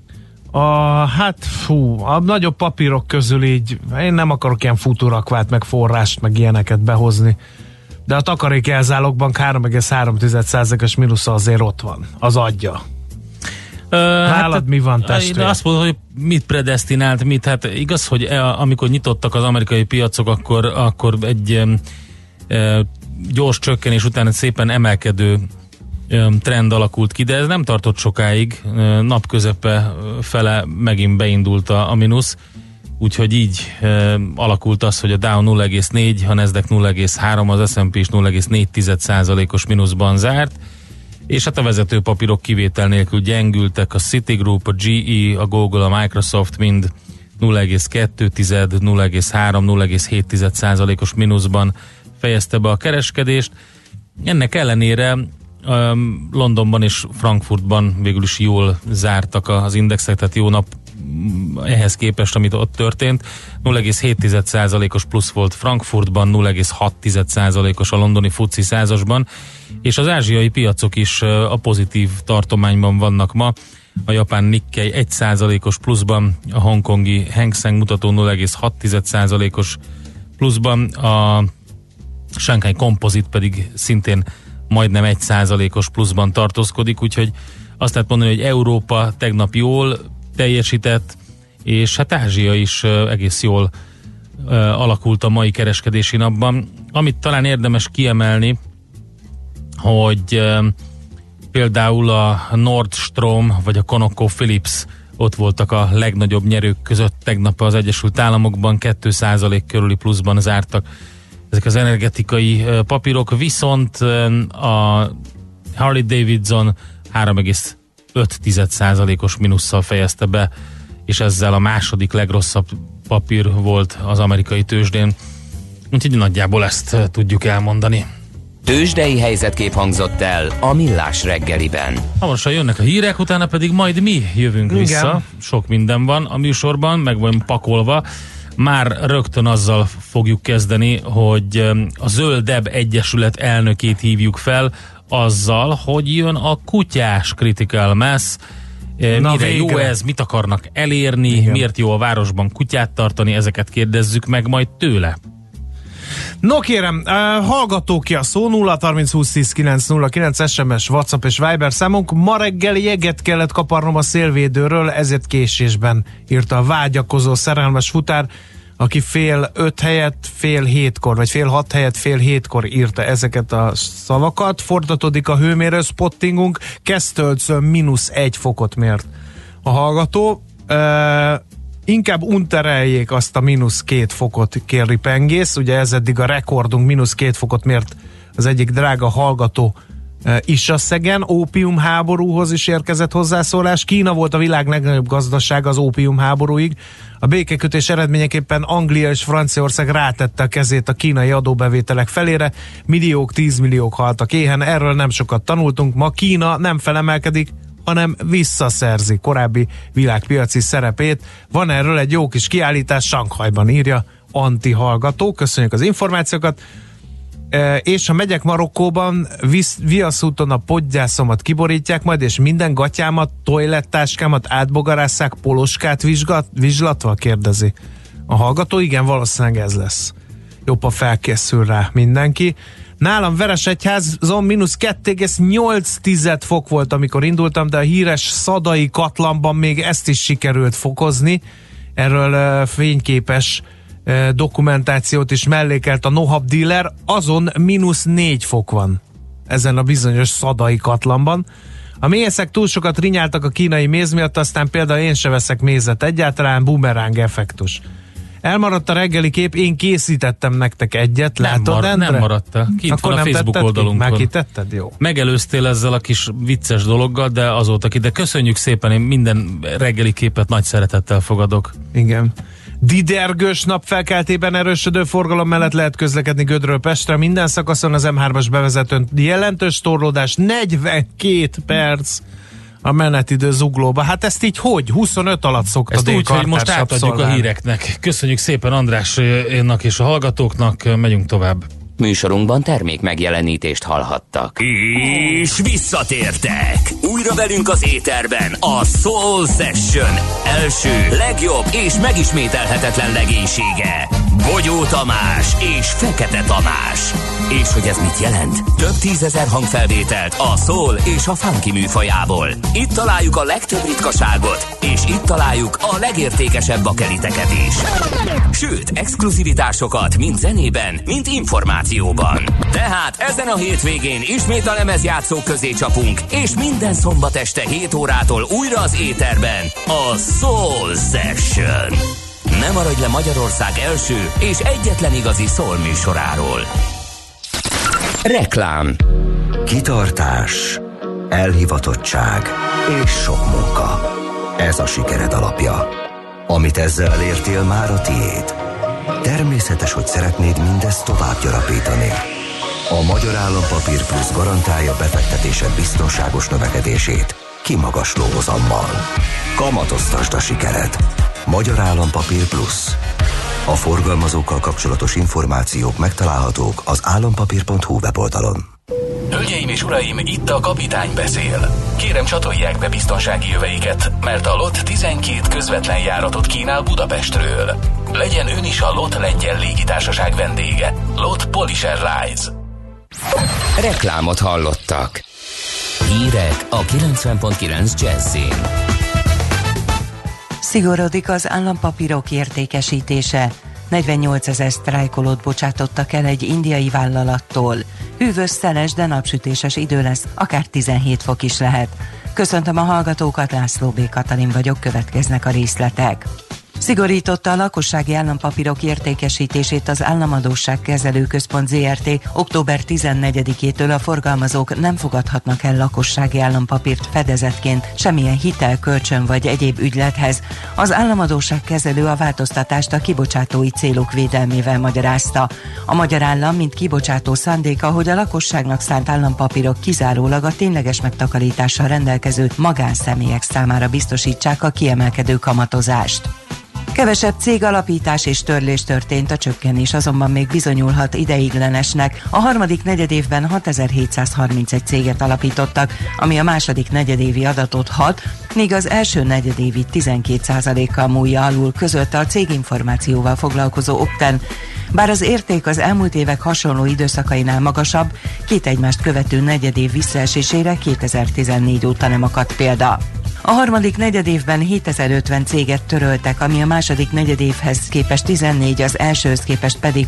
A nagyobb papírok közül így, én nem akarok ilyen futurakvát, meg forrást, meg ilyeneket behozni, de a takarékjelzálogban 3,3%-os mínusza azért ott van. Az adja. Nálad mi van, testvér? Azt mondom, hogy mit predesztinált, mit, hát igaz, hogy amikor nyitottak az amerikai piacok, akkor egy gyors csökkenés után egy szépen emelkedő trend alakult ki, de ez nem tartott sokáig, napközepe fele megint beindult a mínusz, úgyhogy így alakult az, hogy a Dow 0,4, a Nasdaq 0,3, az S&P is 0,4%-os mínuszban zárt, és hát a vezető papírok kivétel nélkül gyengültek, a Citigroup, a GE, a Google, a Microsoft mind 0,2, 0,3, 0,7%-os mínuszban fejezte be a kereskedést. Ennek ellenére Londonban és Frankfurtban végül is jól zártak az indexek, tehát jó nap ehhez képest, amit ott történt. 0,7%-os plusz volt Frankfurtban, 0,6%-os a londoni FTSE 100-asban, és az ázsiai piacok is a pozitív tartományban vannak ma. A japán Nikkei 1%-os pluszban, a hongkongi Hang Seng mutató 0,6%-os pluszban, a Shanghai Composite pedig szintén majdnem 1%-os pluszban tartózkodik, úgyhogy azt lehet mondani, hogy Európa tegnap jól teljesített, és hát Ázsia is egész jól alakult a mai kereskedési napban. Amit talán érdemes kiemelni, hogy például a Nordstrom vagy a ConocoPhillips ott voltak a legnagyobb nyerők között tegnap az Egyesült Államokban, 2% körüli pluszban zártak ezek az energetikai papírok, viszont a Harley Davidson 3,5%-os mínusszal fejezte be, és ezzel a második legrosszabb papír volt az amerikai tőzsdén. Úgyhogy nagyjából ezt tudjuk elmondani. Tőzsdei helyzetkép hangzott el a Millás reggeliben. Hamarosan jönnek a hírek, utána pedig majd mi jövünk vissza. Sok minden van a műsorban, meg van pakolva. Már rögtön azzal fogjuk kezdeni, hogy a Zöldebb Egyesület elnökét hívjuk fel, azzal, hogy jön a kutyás Critical Mass. Mire jó ez, mit akarnak elérni, igen, miért jó a városban kutyát tartani, ezeket kérdezzük meg majd tőle. No kérem, hallgató ki a szó, 0-30-20-10-9-09 SMS, WhatsApp és Viber számunk. Ma reggel jeget kellett kaparnom a szélvédőről, ezért késésben írta a vágyakozó szerelmes futár. aki fél 5 helyett fél 7-kor, vagy fél 6 helyett fél 7-kor írta ezeket a szavakat. Folytatódik a hőmérő spottingunk, Kesztölcön -1 fokot mért a hallgató. Inkább untereljék azt a -2 fokot, kéri Pengész. Ugye ez eddig a rekordunk, -2 fokot mért az egyik drága hallgató Issaszegen. Ópiumháborúhoz is érkezett hozzászólás. Kína volt a világ legnagyobb gazdasága az ópiumháborúig. A békekötés eredményeképpen Anglia és Franciaország rátette a kezét a kínai adóbevételek felére. Milliók, 10 milliók haltak éhen. Erről nem sokat tanultunk. Ma Kína nem felemelkedik, hanem visszaszerzi korábbi világpiaci szerepét. Van erről egy jó kis kiállítás Sanghajban, írja Anti hallgató. Köszönjük az információkat. És ha megyek Marokkóban, viaszúton a podgyászomat kiborítják majd, és minden gatyámat, toilettáskámat átbogarásszák poloskát vizslatva, kérdezi a hallgató. Igen, valószínűleg ez lesz. Jobban felkészül rá mindenki. Nálam Veresegyházon -2,8 fok volt, amikor indultam, de a híres Szadai Katlanban még ezt is sikerült fokozni. Erről fényképes dokumentációt is mellékelt a Nohab Dealer, azon -4 fok van ezen a bizonyos Szadai Katlanban. A méhészek túl sokat rinyáltak a kínai méz miatt, aztán például én se veszek mézet egyáltalán, bumeráng effektus. Elmaradt a reggeli kép, én készítettem nektek egyet, látod, Endre? Nem maradt el. Kint akkor van a Facebook oldalunkon. Már kitetted? Jó. Megelőztél ezzel a kis vicces dologgal, de azóta ki. De köszönjük szépen, én minden reggeli képet nagy szeretettel fogadok. Igen. Didergős napfelkeltében erősödő forgalom mellett lehet közlekedni Gödről Pestre. Minden szakaszon az M3-as bevezetőn jelentős torlódás, 42 perc a menetidő Zuglóba. Hát ezt így hogy? 25 alatt szokta ezt úgy, hogy most átadjuk a híreknek. Köszönjük szépen Andrásnak és a hallgatóknak, megyünk tovább. Műsorunkban termék megjelenítést hallhattak. És visszatértek! Újra velünk az éterben a Soul Session első, legjobb és megismételhetetlen legénysége. Bogyó Tamás és Fekete Tamás. És hogy ez mit jelent? Több 10 000 hangfelvételt a soul és a funky műfajából. Itt találjuk a legtöbb ritkaságot, és itt találjuk a legértékesebb bakeliteket is. Sőt, exkluzivitásokat mind zenében, mind információban. Tehát ezen a hétvégén ismét a lemezjátszók közé csapunk, és minden szombat este 7 órától újra az éterben a Soul Session. Ne maradj le Magyarország első és egyetlen igazi soul műsoráról. Reklám. Kitartás, elhivatottság és sok munka. Ez a sikered alapja. Amit ezzel elértél, már a tiéd. Természetes, hogy szeretnéd mindezt tovább gyarapítani. A Magyar Állampapír Plusz garantálja befektetésed biztonságos növekedését kimagasló hozammal. Kamatoztasd a sikered. Magyar Állampapír Plusz. A forgalmazókkal kapcsolatos információk megtalálhatók az állampapír.hu weboldalon. Hölgyeim és uraim, itt a kapitány beszél. Kérem, csatolják be biztonsági jöveiket, mert a LOT 12 közvetlen járatot kínál Budapestről. Legyen ön is a LOT lengyel légitársaság vendége. LOT Polish Airlines. Reklámot hallottak. Hírek a 90.9 Jazzin. Szigorodik az állampapírok értékesítése. 48 000 sztrájkolót bocsátottak el egy indiai vállalattól. Hűvös, szeles, de napsütéses idő lesz, akár 17 fok is lehet. Köszöntöm a hallgatókat, László B. Katalin vagyok, következnek a részletek. Szigorította a lakossági állampapírok értékesítését az Államadósságkezelő Központ ZRT. Október 14-től a forgalmazók nem fogadhatnak el lakossági állampapírt fedezetként semmilyen hitel, kölcsön vagy egyéb ügylethez. Az Államadósságkezelő a változtatást a kibocsátói célok védelmével magyarázta. A magyar állam, mint kibocsátó szándéka, hogy a lakosságnak szánt állampapírok kizárólag a tényleges megtakarítással rendelkező magánszemélyek számára biztosítsák a kiemelkedő kamatozást. Kevesebb cég alapítás és törlés történt, a csökkenés azonban még bizonyulhat ideiglenesnek. A harmadik negyedévben 6731 céget alapítottak, ami a második negyedévi adatot 6, míg az első negyedévi 12%-kal múlja alul, közölte a céginformációval foglalkozó Opten. Bár az érték az elmúlt évek hasonló időszakainál magasabb, két egymást követő negyedév visszaesésére 2014 óta nem akadt példa. A harmadik negyedévben 7050 céget töröltek, ami a második negyedévhez képest 14, az elsőhöz képest pedig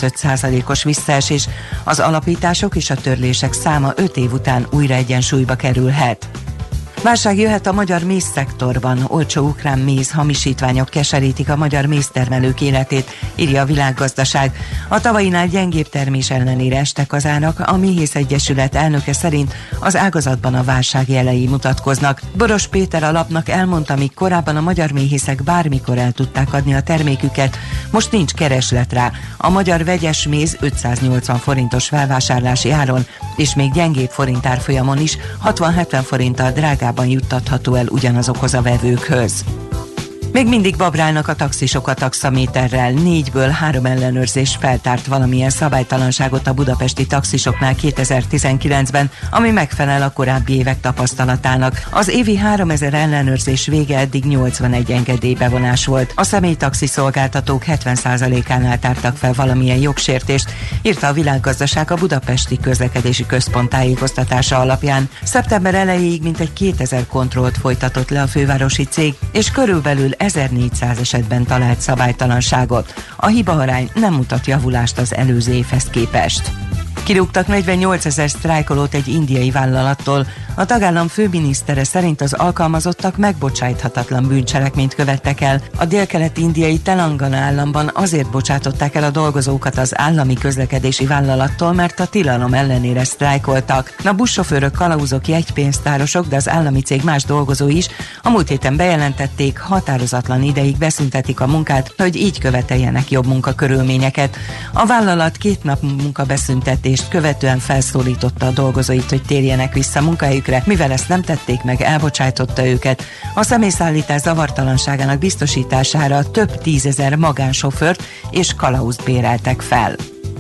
35%-os visszaesés. Az alapítások és a törlések száma 5 év után újra egyensúlyba kerülhet. Válság jöhet a magyar mézszektorban. Olcsó ukrán méz hamisítványok keserítik a magyar méztermelők életét, írja a Világgazdaság. A tavainál gyengébb termés ellenére estek az árak, a Méhész Egyesület elnöke szerint az ágazatban a válság jelei mutatkoznak. Boros Péter a lapnak elmondta, míg korábban a magyar méhészek bármikor el tudták adni a terméküket, most nincs kereslet rá. A magyar vegyes méz 580 forintos felvásárlási áron, és még gyengébb forint árfolyamon is 60-70 forinttal drágában juttatható el ugyanazokhoz a vevőkhöz. Még mindig babrálnak a taxisok a taxaméterrel. 4-ből 3 ellenőrzés feltárt valamilyen szabálytalanságot a budapesti taxisoknál 2019-ben, ami megfelel a korábbi évek tapasztalatának. Az évi 3000 ellenőrzés vége eddig 81 engedélybevonás volt. A személytaxi szolgáltatók 70%-ánál tártak fel valamilyen jogsértést, írta a Világgazdaság a Budapesti Közlekedési Központ tájékoztatása alapján. Szeptember elejéig mintegy 2000 kontrollt folytatott le a fővárosi cég, és körülbelül 1400 esetben talált szabálytalanságot. A hibaarány nem mutat javulást az előző évhez képest. Kirúgtak 48 000 sztrájkolót egy indiai vállalattól. A tagállam főminisztere szerint az alkalmazottak megbocsájthatatlan bűncselekményt követtek el. A délkelet-indiai Telangana államban azért bocsátották el a dolgozókat az állami közlekedési vállalattól, mert a tilalom ellenére sztrájkoltak. A buszsofőrök, kalauzok, jegypénztárosok, de az állami cég más dolgozói is a múlt héten bejelentették, határozatlan ideig beszüntetik a munkát, hogy így követeljenek jobb munkakörülményeket. A vállalat 2 nap munkabeszüntetést követően felszólította a dolgozóit, hogy térjenek vissza munkahelyükre, mivel ezt nem tették meg, elbocsájtotta őket. A személyszállítás zavartalanságának biztosítására több 10 000 magánsofőrt és kalauzt béreltek fel.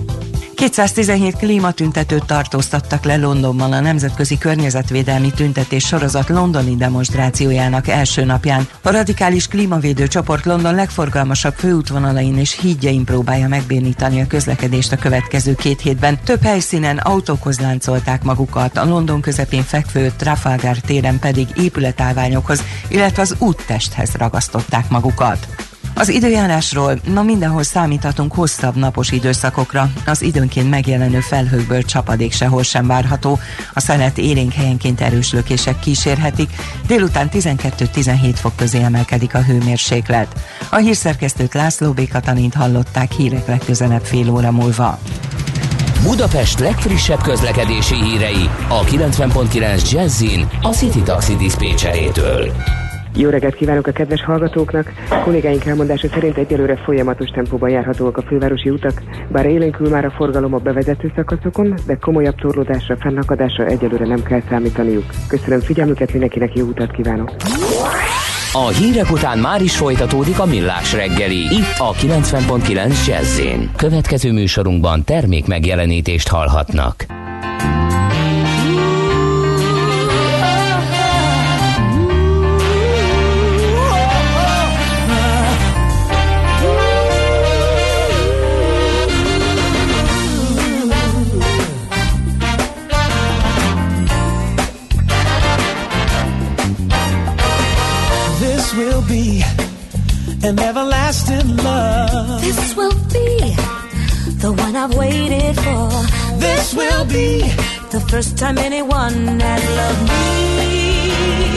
217 klímatüntetőt tartóztattak le Londonban a Nemzetközi Környezetvédelmi Tüntetés sorozat londoni demonstrációjának első napján. A radikális klímavédő csoport London legforgalmasabb főútvonalain és hídjain próbálja megbénítani a közlekedést a következő 2 hétben. Több helyszínen autókhoz láncolták magukat, a London közepén fekvő Trafalgar téren pedig épületállványokhoz, illetve az úttesthez ragasztották magukat. Az időjárásról ma mindenhol számíthatunk hosszabb napos időszakokra. Az időnként megjelenő felhőkből csapadék sehol sem várható. A szelet élénk helyenként erős lökések kísérhetik. Délután 12-17 fok közé emelkedik a hőmérséklet. A hírszerkesztőt, László B. Katalint hallották, hírek legközelebb fél óra múlva. Budapest legfrissebb közlekedési hírei a 90.9 Jazzin a City Taxi diszpécserétől. Jó reggelt kívánok a kedves hallgatóknak! Kollégáink elmondása szerint egyelőre folyamatos tempóban járhatóak a fővárosi utak, bár élénkül már a forgalom a bevezető szakaszokon, de komolyabb torlódásra, fennakadásra egyelőre nem kell számítaniuk. Köszönöm figyelmüket, mindenkinek jó utat kívánok! A hírek után már is folytatódik a Millás reggeli, itt a 90.9 Jazz-én. Következő műsorunkban termék megjelenítést hallhatnak. An everlasting love. This will be the one I've waited for. This will be the first time anyone has loved me.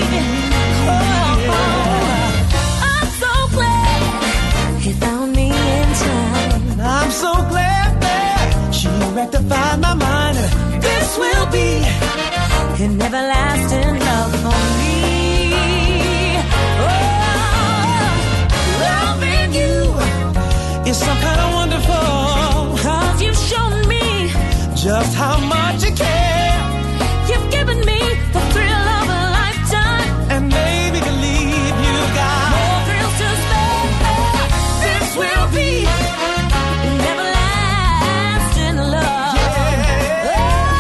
I'm so glad he found me in time. I'm so glad that she rectified my mind. This will be an everlasting love for me. It's some kind of wonderful, 'cause you've shown me just how much you care. You've given me the thrill of a lifetime, and made me believe you got more thrills to spare. This will be an everlasting love. Yeah.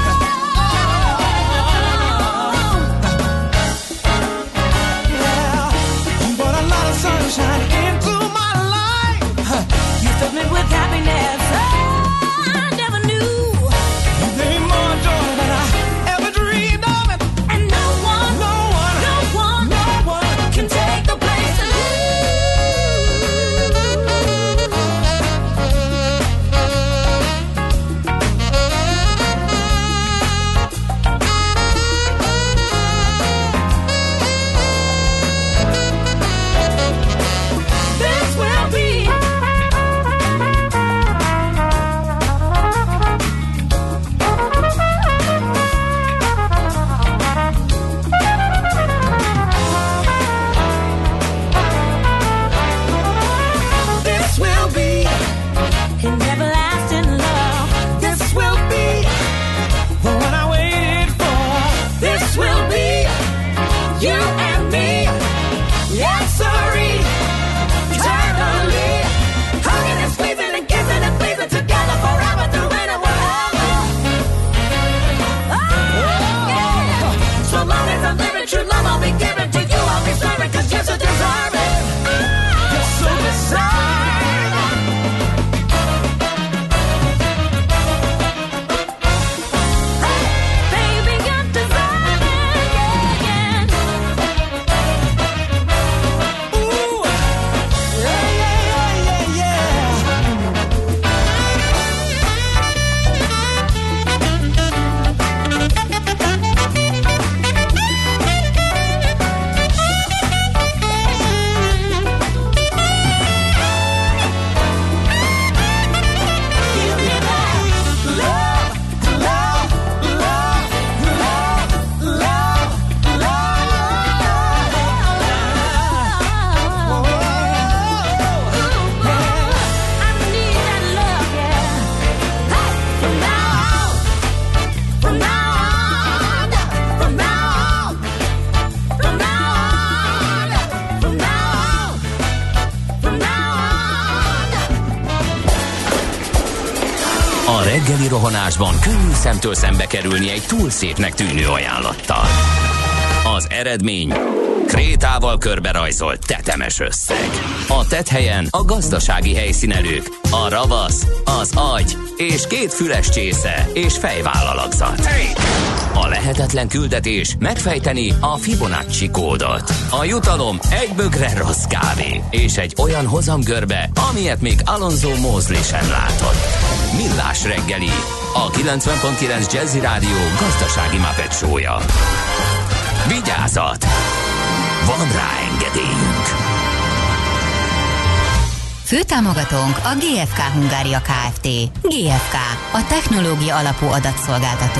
Yeah. You brought a lot of sunshine into my life. You filled me with happiness I never knew. You gave me more joy than I ever dreamed of it. And no one reggeli rohanásban könnyű szemtől szembe kerülni egy túl szépnek tűnő ajánlattal. Az eredmény krétával körberajzolt tetemes összeg. A tetthelyen a gazdasági helyszínelők, a ravasz, az agy és 2 füles csésze és fejvállalakzat. A lehetetlen küldetés megfejteni a Fibonacci kódot. A jutalom egy bögre rossz kávé és egy olyan hozamgörbe, amilyet még Alonso Mosley sem látott. Millás reggeli, a 90.9 Jazzy Rádió gazdasági Muppet show-ja. Vigyázat! Van rá engedélyünk! Főtámogatónk a GFK Hungária Kft. GFK, a technológia alapú adatszolgáltató.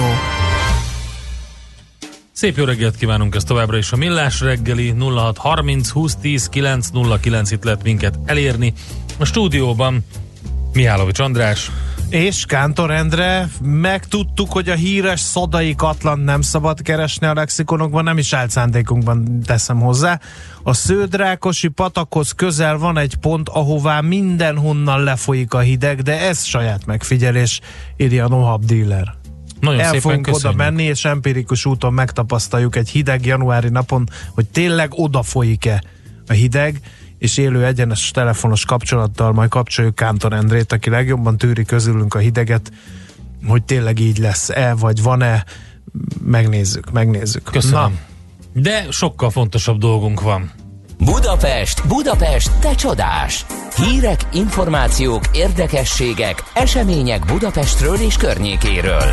Szép jó reggelt kívánunk, ez továbbra is a Millás reggeli. 0630 2010 909, itt lehet minket elérni. A stúdióban Mihálovics András és Kántor Endre. Megtudtuk, hogy a híres Szadai Katlant nem szabad keresni a lexikonokban, nem is állt szándékunkban, teszem hozzá. A Sződrákosi patakhoz közel van egy pont, ahová mindenhonnan lefolyik a hideg, de ez saját megfigyelés, írja a Nohab Dealer. Nagyon el szépen fogunk köszönjük. oda menni, és empirikus úton megtapasztaljuk egy hideg januári napon, hogy tényleg oda folyik-e a hideg, és élő egyenes telefonos kapcsolattal majd kapcsoljuk Kántor Endrét, aki legjobban tűri közülünk a hideget, hogy tényleg így lesz-e, vagy van-e, megnézzük. Köszönöm. Na. De sokkal fontosabb dolgunk van. Budapest, te csodás! Hírek, információk, érdekességek, események Budapestről és környékéről.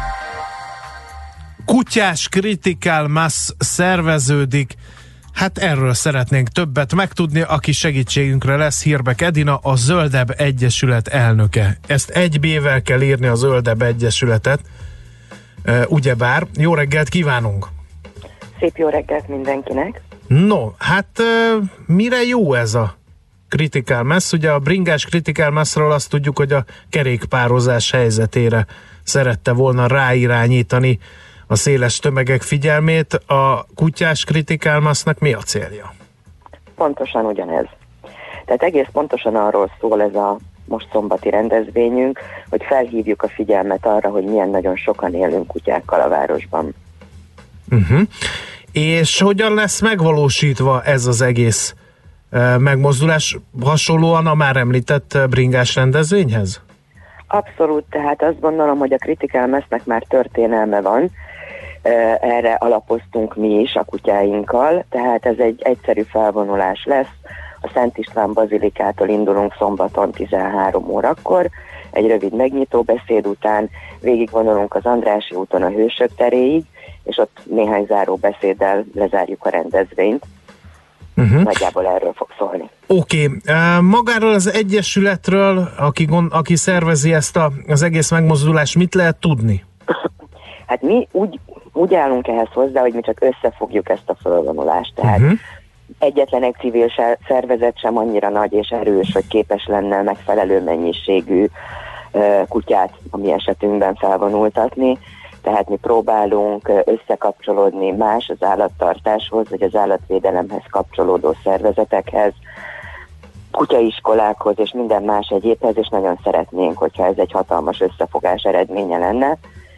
Kutyás Critical Mass szerveződik. Hát erről szeretnénk többet megtudni, aki segítségünkre lesz. Hírbek Edina, a Zöldebb Egyesület elnöke. Ezt egy B-vel kell írni, a Zöldebb Egyesületet. Ugyebár. Jó reggelt kívánunk! Szép jó reggelt mindenkinek! No, hát mire jó ez a Critical Mass? Ugye a bringás Critical Massról azt tudjuk, hogy a kerékpározás helyzetére szerette volna ráirányítani a széles tömegek figyelmét. A kutyás Critical Massnak mi a célja? Pontosan ugyanez. Tehát egész pontosan arról szól ez a most szombati rendezvényünk, hogy felhívjuk a figyelmet arra, hogy milyen nagyon sokan élünk kutyákkal a városban. És hogyan lesz megvalósítva ez az egész megmozdulás, hasonlóan a már említett bringás rendezvényhez? Abszolút, tehát azt gondolom, hogy a Critical Massnek már történelme van, erre alapoztunk mi is a kutyáinkkal, tehát ez egy egyszerű felvonulás lesz, a Szent István Bazilikától indulunk szombaton 13 órakor, egy rövid megnyitó beszéd után végigvonulunk az Andrássy úton a Hősök teréig, és ott néhány záró beszéddel lezárjuk a rendezvényt. Nagyjából erről fog szólni. Oké. Magáról az Egyesületről, aki szervezi ezt az egész megmozdulást, mit lehet tudni? Hát mi úgy állunk ehhez hozzá, hogy mi csak összefogjuk ezt a fölvonulást. Tehát egyetlen egy civil szervezet sem annyira nagy és erős, hogy képes lenne megfelelő mennyiségű kutyát a mi esetünkben felvonultatni. Tehát mi próbálunk összekapcsolódni más az állattartáshoz, vagy az állatvédelemhez kapcsolódó szervezetekhez, kutyaiskolákhoz és minden más egyébhez, és nagyon szeretnénk, hogyha ez egy hatalmas összefogás eredménye lenne.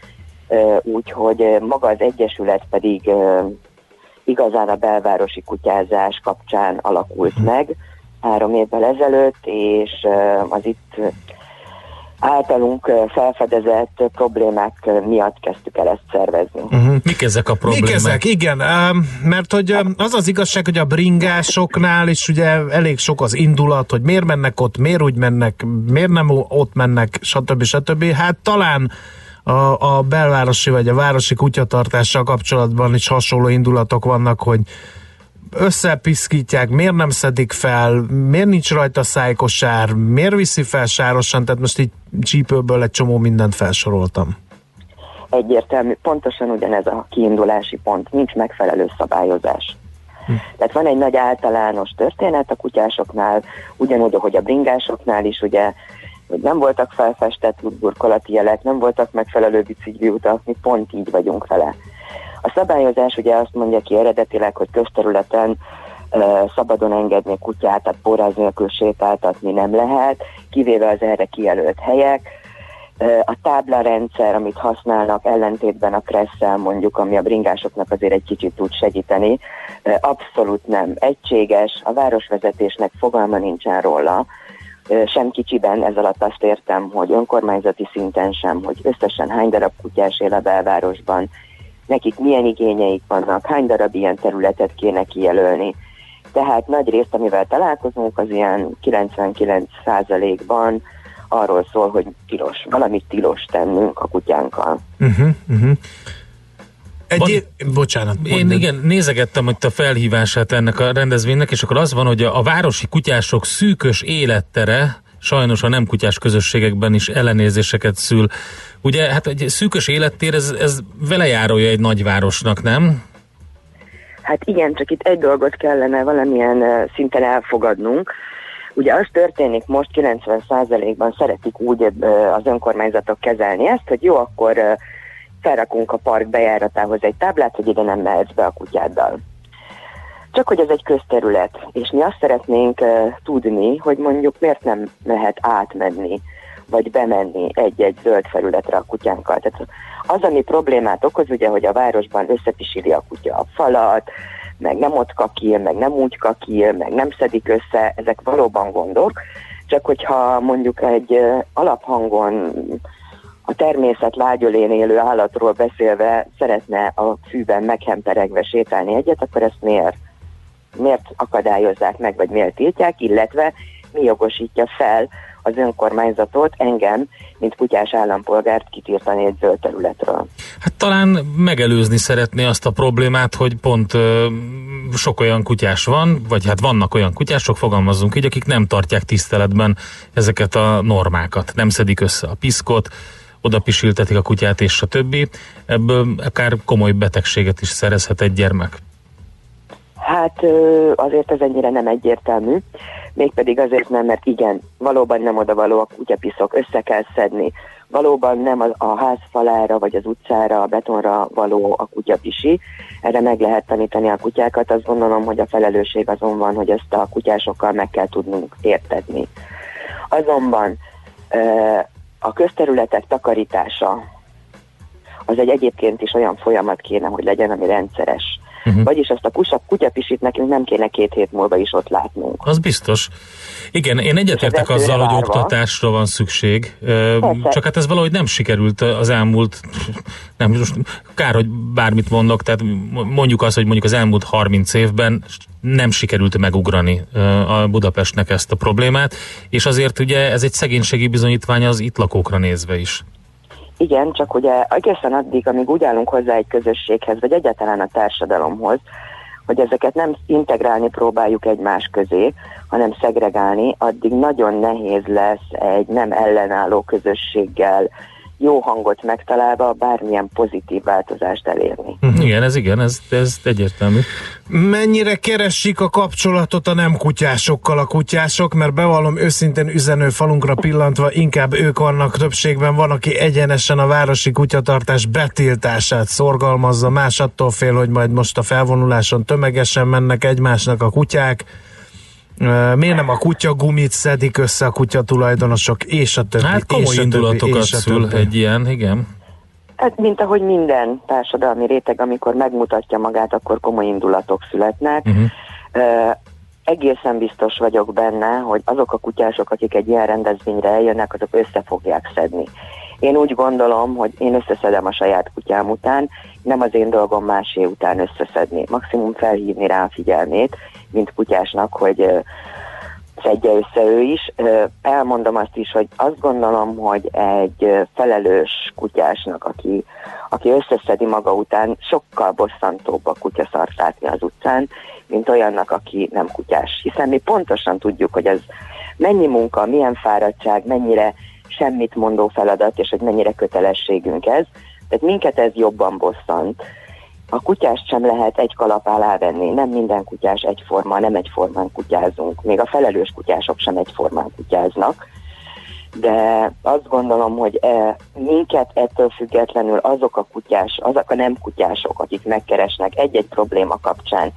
Úgyhogy maga az Egyesület pedig igazán a belvárosi kutyázás kapcsán alakult meg 3 évvel ezelőtt, és az itt általunk felfedezett problémák miatt kezdtük el ezt szervezni. Mik ezek a problémák? Mik ezek? Igen, mert hogy az az igazság, hogy a bringásoknál is ugye elég sok az indulat, hogy miért mennek ott, miért úgy mennek, miért nem ott mennek, stb. Hát talán a belvárosi vagy a városi kutyatartással kapcsolatban is hasonló indulatok vannak, hogy összepiszkítják, miért nem szedik fel, miért nincs rajta szájkosár, miért viszi fel sárosan, tehát most így csípőből egy csomó mindent felsoroltam. Egyértelmű, pontosan ugyanez a kiindulási pont, nincs megfelelő szabályozás. Tehát van egy nagy általános történet a kutyásoknál, ugyanúgy, ahogy a bringásoknál is, ugye, hogy nem voltak felfestett útburkolati jelek, nem voltak megfelelő bicikliutak, mi pont így vagyunk vele. A szabályozás ugye azt mondja ki eredetileg, hogy közterületen szabadon engedni kutyát, tehát póráz nélkül sétáltatni nem lehet, kivéve az erre kijelölt helyek, A táblarendszer, amit használnak ellentétben a Kresszel mondjuk, ami a bringásoknak azért egy kicsit tud segíteni, abszolút nem egységes, a városvezetésnek fogalma nincsen róla, sem kicsiben, ez alatt azt értem, hogy önkormányzati szinten sem, hogy összesen hány darab kutyás él a belvárosban, nekik milyen igényeik vannak, hány darab ilyen területet kéne kijelölni. Tehát nagy részt, amivel találkozunk, az ilyen 99%-ban arról szól, hogy tilos, valamit tilos tennünk a kutyánkkal. Bocsánat. Igen, nézegettem itt a felhívását ennek a rendezvénynek, és akkor az van, hogy a városi kutyások szűkös élettere sajnos a nem kutyás közösségekben is ellenérzéseket szül. Ugye, hát egy szűkös élettér, ez velejárója egy nagyvárosnak, nem? Hát igen, csak itt egy dolgot kellene valamilyen szinten elfogadnunk. Ugye az történik most 90%-ban, szeretik úgy az önkormányzatok kezelni ezt, hogy jó, akkor felrakunk a park bejáratához egy táblát, hogy ide nem mehetsz be a kutyáddal. Csak hogy ez egy közterület, és mi azt szeretnénk tudni, hogy mondjuk miért nem lehet átmenni, vagy bemenni egy-egy zöld felületre a kutyánkkal. Tehát az, ami problémát okoz, ugye, hogy a városban összepisili a kutya a falat, meg nem ott kakír, meg nem úgy kakír, meg nem szedik össze, ezek valóban gondok, csak hogyha mondjuk egy alaphangon a természet lágyölén élő állatról beszélve szeretne a fűben meghemperegve sétálni egyet, akkor ezt miért akadályozzák meg, vagy miért tiltják, illetve mi jogosítja fel az önkormányzatot, engem, mint kutyás állampolgárt kitiltani egy zöld területről. Hát talán megelőzni szeretné azt a problémát, hogy pont sok olyan kutyás van, vagy hát vannak olyan kutyások, fogalmazzunk így, akik nem tartják tiszteletben ezeket a normákat, nem szedik össze a piszkot, oda pisiltetik a kutyát és a többi. Ebből akár komoly betegséget is szerezhet egy gyermek. Hát azért ez ennyire nem egyértelmű, mégpedig azért nem, mert igen, valóban nem odavaló a kutyapiszok, össze kell szedni. Valóban nem a ház falára vagy az utcára, a betonra való a kutyapisi. Erre meg lehet tanítani a kutyákat, azt gondolom, hogy a felelősség azon van, hogy ezt a kutyásokkal meg kell tudnunk értetni. Azonban a közterületek takarítása az egy egyébként is olyan folyamat kéne, hogy legyen, ami rendszeres. Vagyis azt a kutyapisit nekünk nem kéne 2 hét múlva is ott látnunk. Az biztos. Igen, én egyetértek azzal, hogy oktatásra van szükség, csak hát ez valahogy nem sikerült az elmúlt, nem, most kár, hogy bármit mondok, tehát mondjuk azt, hogy mondjuk az elmúlt 30 évben nem sikerült megugrani a Budapestnek ezt a problémát, és azért ugye ez egy szegénységi bizonyítvány az itt lakókra nézve is. Igen, csak ugye egészen addig, amíg úgy állunk hozzá egy közösséghez, vagy egyáltalán a társadalomhoz, hogy ezeket nem integrálni próbáljuk egymás közé, hanem szegregálni, addig nagyon nehéz lesz egy nem ellenálló közösséggel jó hangot megtalálva bármilyen pozitív változást elérni. Igen, ez egyértelmű. Mennyire keresik a kapcsolatot a nem kutyásokkal a kutyások, mert bevallom őszintén üzenő falunkra pillantva, inkább ők vannak többségben, van, aki egyenesen a városi kutyatartás betiltását szorgalmazza, más attól fél, hogy majd most a felvonuláson tömegesen mennek egymásnak a kutyák. Miért nem a kutyagumit szedik össze a kutyatulajdonosok, és a többi. Hát komoly indulatokat szül egy ilyen, igen. Hát, mint ahogy minden társadalmi réteg, amikor megmutatja magát, akkor komoly indulatok születnek. Egészen biztos vagyok benne, hogy azok a kutyások, akik egy ilyen rendezvényre eljönnek, azok össze fogják szedni. Én úgy gondolom, hogy én összeszedem a saját kutyám után, nem az én dolgom másé után összeszedni. Maximum felhívni rá a figyelmét, mint kutyásnak, hogy szedje össze ő is. Elmondom azt is, hogy azt gondolom, hogy egy felelős kutyásnak, aki összeszedi maga után, sokkal bosszantóbb a kutyaszart látni az utcán, mint olyannak, aki nem kutyás. Hiszen mi pontosan tudjuk, hogy ez mennyi munka, milyen fáradtság, mennyire semmit mondó feladat, és hogy mennyire kötelességünk ez. Tehát minket ez jobban bosszant. A kutyást sem lehet egy kalap alá venni, nem minden kutyás egyforma, nem egyformán kutyázunk, még a felelős kutyások sem egyformán kutyáznak, de azt gondolom, hogy minket ettől függetlenül azok a nem kutyások, akik megkeresnek egy-egy probléma kapcsán,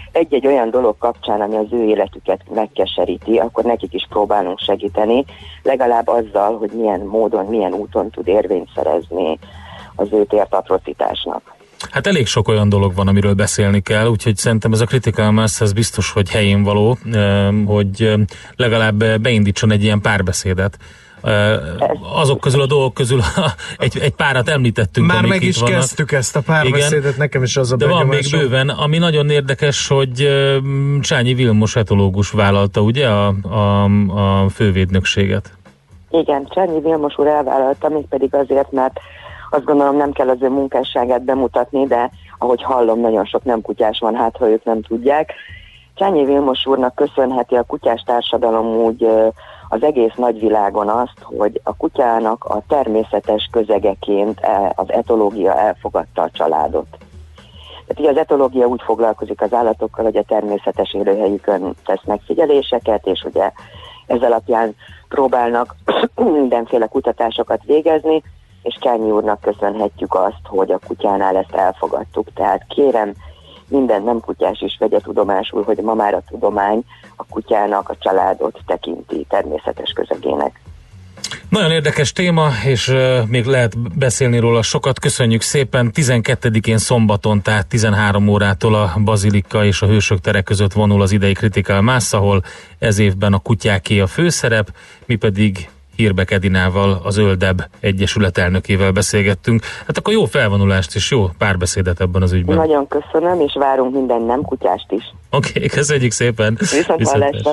egy-egy olyan dolog kapcsán, ami az ő életüket megkeseríti, akkor nekik is próbálunk segíteni, legalább azzal, hogy milyen módon, milyen úton tud érvényt szerezni az őt ért atrocitásnak. Hát elég sok olyan dolog van, amiről beszélni kell, úgyhogy szerintem ez a Critical Mass, ez biztos, hogy helyén való, hogy legalább beindítson egy ilyen párbeszédet. Azok közül a dolgok közül egy párat említettünk. Már meg is kezdtük ezt a párbeszédet, igen, nekem is az a benyomásom. De van még bőven, ami nagyon érdekes, hogy Csányi Vilmos etológus vállalta, ugye, a fővédnökséget. Igen, Csányi Vilmos úr elvállalta, mégpedig azért, mert azt gondolom, nem kell az ő munkásságát bemutatni, de ahogy hallom, nagyon sok nem kutyás van, hát ha ők nem tudják. Csányi Vilmos úrnak köszönheti a kutyás társadalom úgy az egész nagyvilágon azt, hogy a kutyának a természetes közegeként az etológia elfogadta a családot. Tehát így az etológia úgy foglalkozik az állatokkal, hogy a természetes élőhelyükön tesz megfigyeléseket, és ugye ez alapján próbálnak mindenféle kutatásokat végezni, és Csányi úrnak köszönhetjük azt, hogy a kutyánál ezt elfogadtuk. Tehát kérem, minden nem kutyás is vegye tudomásul, hogy ma már a tudomány a kutyának a családot tekinti természetes közegének. Nagyon érdekes téma, és még lehet beszélni róla sokat. Köszönjük szépen. 12-én szombaton, tehát 13 órától a Bazilika és a Hősök tere között vonul az idei Critical Mass, ahol ez évben a kutyáké a főszerep, mi pedig Hírbek Edinával, az Öldeb Egyesület elnökével beszélgettünk. Hát akkor jó felvonulást és jó párbeszédet ebben az ügyben. Nagyon köszönöm, és várunk minden nem kutyást is. Oké, köszönjük szépen. Viszontlátásra.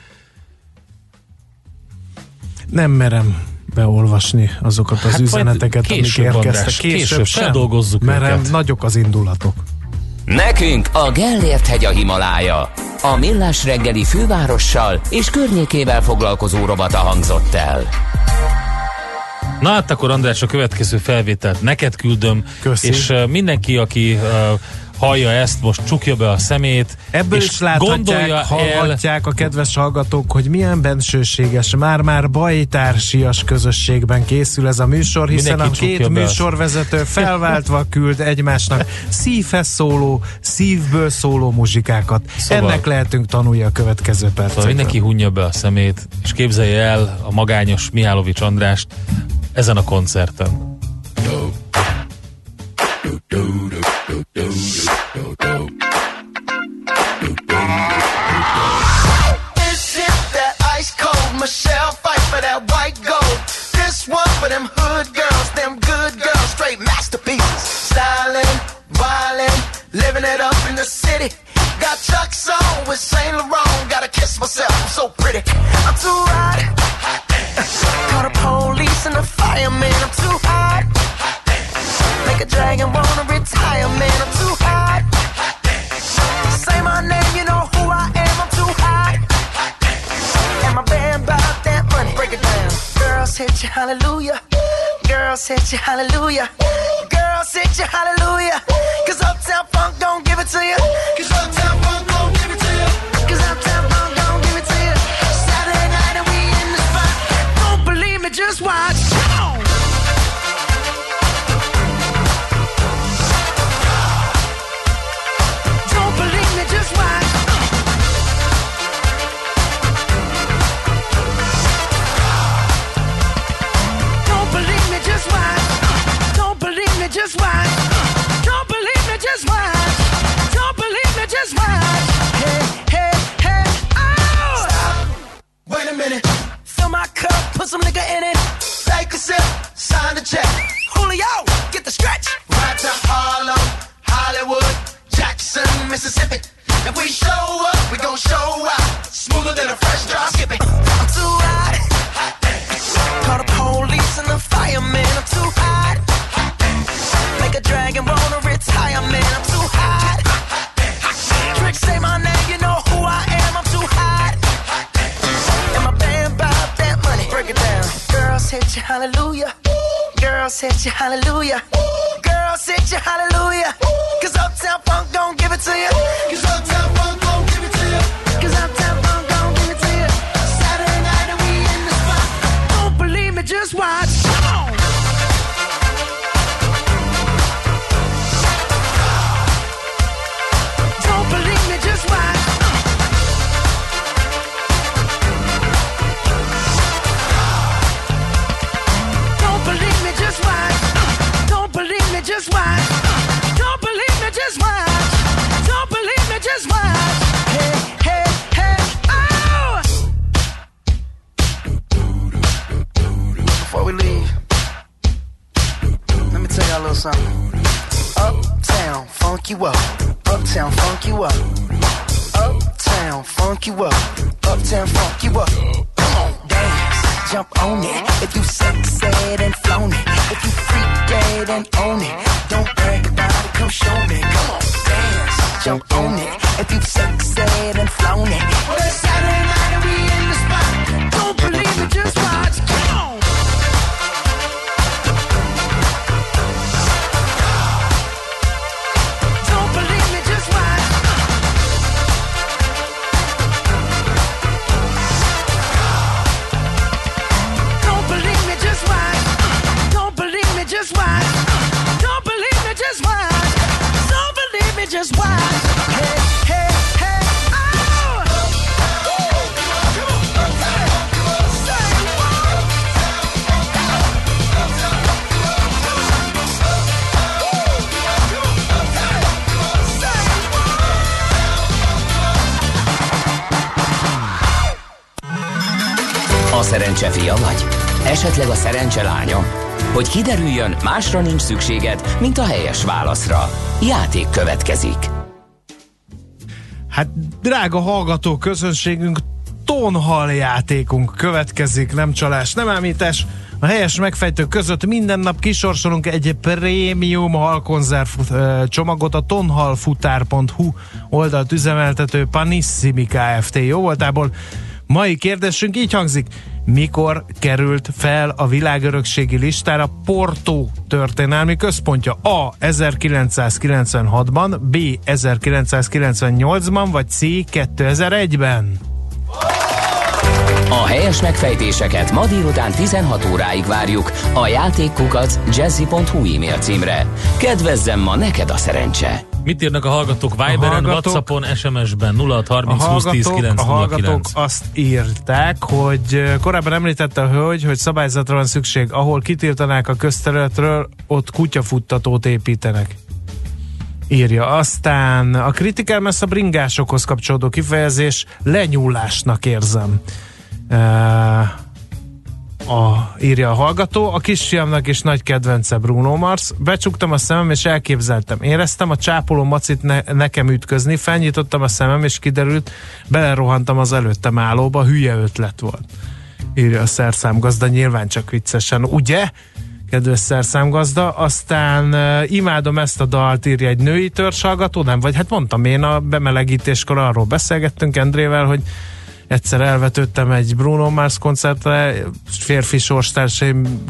Nem merem beolvasni azokat az üzeneteket, amik érkeztek. Később sem dolgozzuk mert őket. Nagyok az indulatok. Nekünk a Gellért-hegy a Himalája. A Millás reggeli fővárossal és környékével foglalkozó rovata hangzott el. Na hát akkor András, a következő felvételt neked küldöm. Köszi. És mindenki, aki hallja ezt, most csukja be a szemét. Ebből és is láthatják, hallhatják a kedves hallgatók, hogy milyen bensőséges, már bajtársias közösségben készül ez a műsor, hiszen mindenki a két műsorvezető felváltva küld egymásnak szívhez szóló, szívből szóló muzsikákat. Szóval, ennek lehetünk tanulni a következő percekben. Szóval mindenki hunja be a szemét, és képzelje el a magányos Mihálovics Andrást ezen a koncerten. This is that ice cold Michelle fight for that white gold. This one for them hood girls, them good girls, straight masterpieces. Styling, wildin', living it up in the city. Got Chuck's on with Saint Laurent. Gotta kiss myself, I'm so pretty. I'm too hot. Call the police and the fireman. I'm too hot. Make a dragon wanna retire, man. I'm too hot. Say my name, you know who I am. I'm too hot. And my band bought that money. Break it down. Girls hit you, hallelujah. Girls hit you, hallelujah. Girls hit you, hallelujah. Cause Uptown Funk don't give it to you. Cause Uptown Funk don't give it to you. Cause Uptown Funk don't give it to you. Saturday night and we in the spot. Don't believe me, just watch. Don't believe me, just watch. Don't believe me, just watch. Don't believe me, just watch. Don't believe me, just watch. Don't believe me, just watch. Hey, hey, hey, oh! Stop. Wait a minute. Fill my cup, put some nigga in it. Take a sip, sign the check. Julio, get the stretch. Right to Harlem, Hollywood, Jackson, Mississippi. If we show up, we gon' show out. Smoother than a fresh drop skipping. I'm too hot. Call the police and the fireman. I'm too hot. Make a dragon wanna retire, man. I'm too hot. Trick, say my name, you know who I am. I'm too hot. And my band bought that money. Break it down. Girls hit you, hallelujah. Girls hit you, hallelujah. Girls hit you, hallelujah. Cause Uptown Funk don't give it to you. Cause Uptown Funk don't give it to you. Cause Uptown Funk don't give it to you. Saturday night and we in the spot. Don't believe me, just watch. Come on. Don't believe me, just little something. Uptown, funk you up. Uptown, funk you up. Uptown, funk you up. Uptown, funk you up. Come on, dance, jump on it. If you sexed and flown it. If you freak dead and own it. Don't brag about it, come show me. Come on, dance, jump on it. If you sexed and flown it. Well, it's Saturday night and we in the spot. Don't believe it, just watch. Come on. Just watch. Don't believe me, just watch. Don't believe me, just watch. Hey, hey, hey, oh! A szerencse fia vagy? Esetleg a szerencse lánya? Hogy kiderüljön, másra nincs szükséged, mint a helyes válaszra. Játék következik. Hát, drága hallgató közönségünk, tonhal játékunk következik, nem csalás, nem ámítás. A helyes megfejtők között minden nap kisorsolunk egy prémium halkonzerv csomagot a tonhalfutár.hu oldalt üzemeltető Panissimi Kft. Jó voltából. Mai kérdésünk így hangzik: mikor került fel a világörökségi listára Porto történelmi központja? A. 1996-ban, B. 1998-ban, vagy C. 2001-ben? A helyes megfejtéseket ma délután 16 óráig várjuk a játékkukac@jazzy.hu e-mail címre. Kedvezzem ma neked a szerencse! Mit írnak a hallgatók Viberen, WhatsAppon, SMS-ben 0630 20 10 909? A hallgatók azt írták, hogy korábban említette a hölgy, hogy szabályzatra van szükség, ahol kitiltanák a közterületről, ott kutyafuttatót építenek. Írja. Aztán a kritikálmessz a bringásokhoz kapcsolódó kifejezés lenyúlásnak érzem. Írja a hallgató, a kisfiamnak is nagy kedvence Bruno Mars. Becsuktam a szemem és elképzeltem. Éreztem a csápoló macit nekem ütközni, felnyitottam a szemem és kiderült, belerohantam az előttem állóba, hülye ötlet volt. Írja a szerszámgazda, nyilván csak viccesen, ugye? Kedves szerszámgazda. Aztán imádom ezt a dalt, írja egy női törzshallgató, nem? Vagy hát mondtam én a bemelegítéskor, arról beszélgettünk Endrével, hogy egyszer elvetődtem egy Bruno Mars koncertre, férfi sorstársaim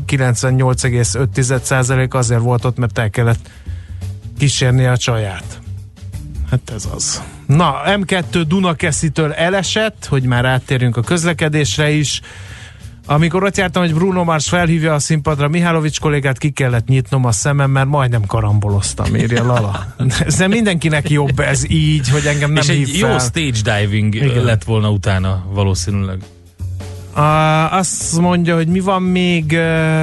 98,5% azért volt ott, mert el kellett kísérni a csaját. Hát ez az. Na, M2 Dunakeszitől elesett, hogy már áttérjünk a közlekedésre is. Amikor ott jártam, hogy Bruno Mars felhívja a színpadra Mihálovics kollégát, ki kellett nyitnom a szemem, mert majdnem karamboloztam, írja Lala. Ez nem mindenkinek jobb ez így, hogy engem nem hív fel. És egy jó stage diving lett volna utána valószínűleg. Azt mondja, hogy mi van még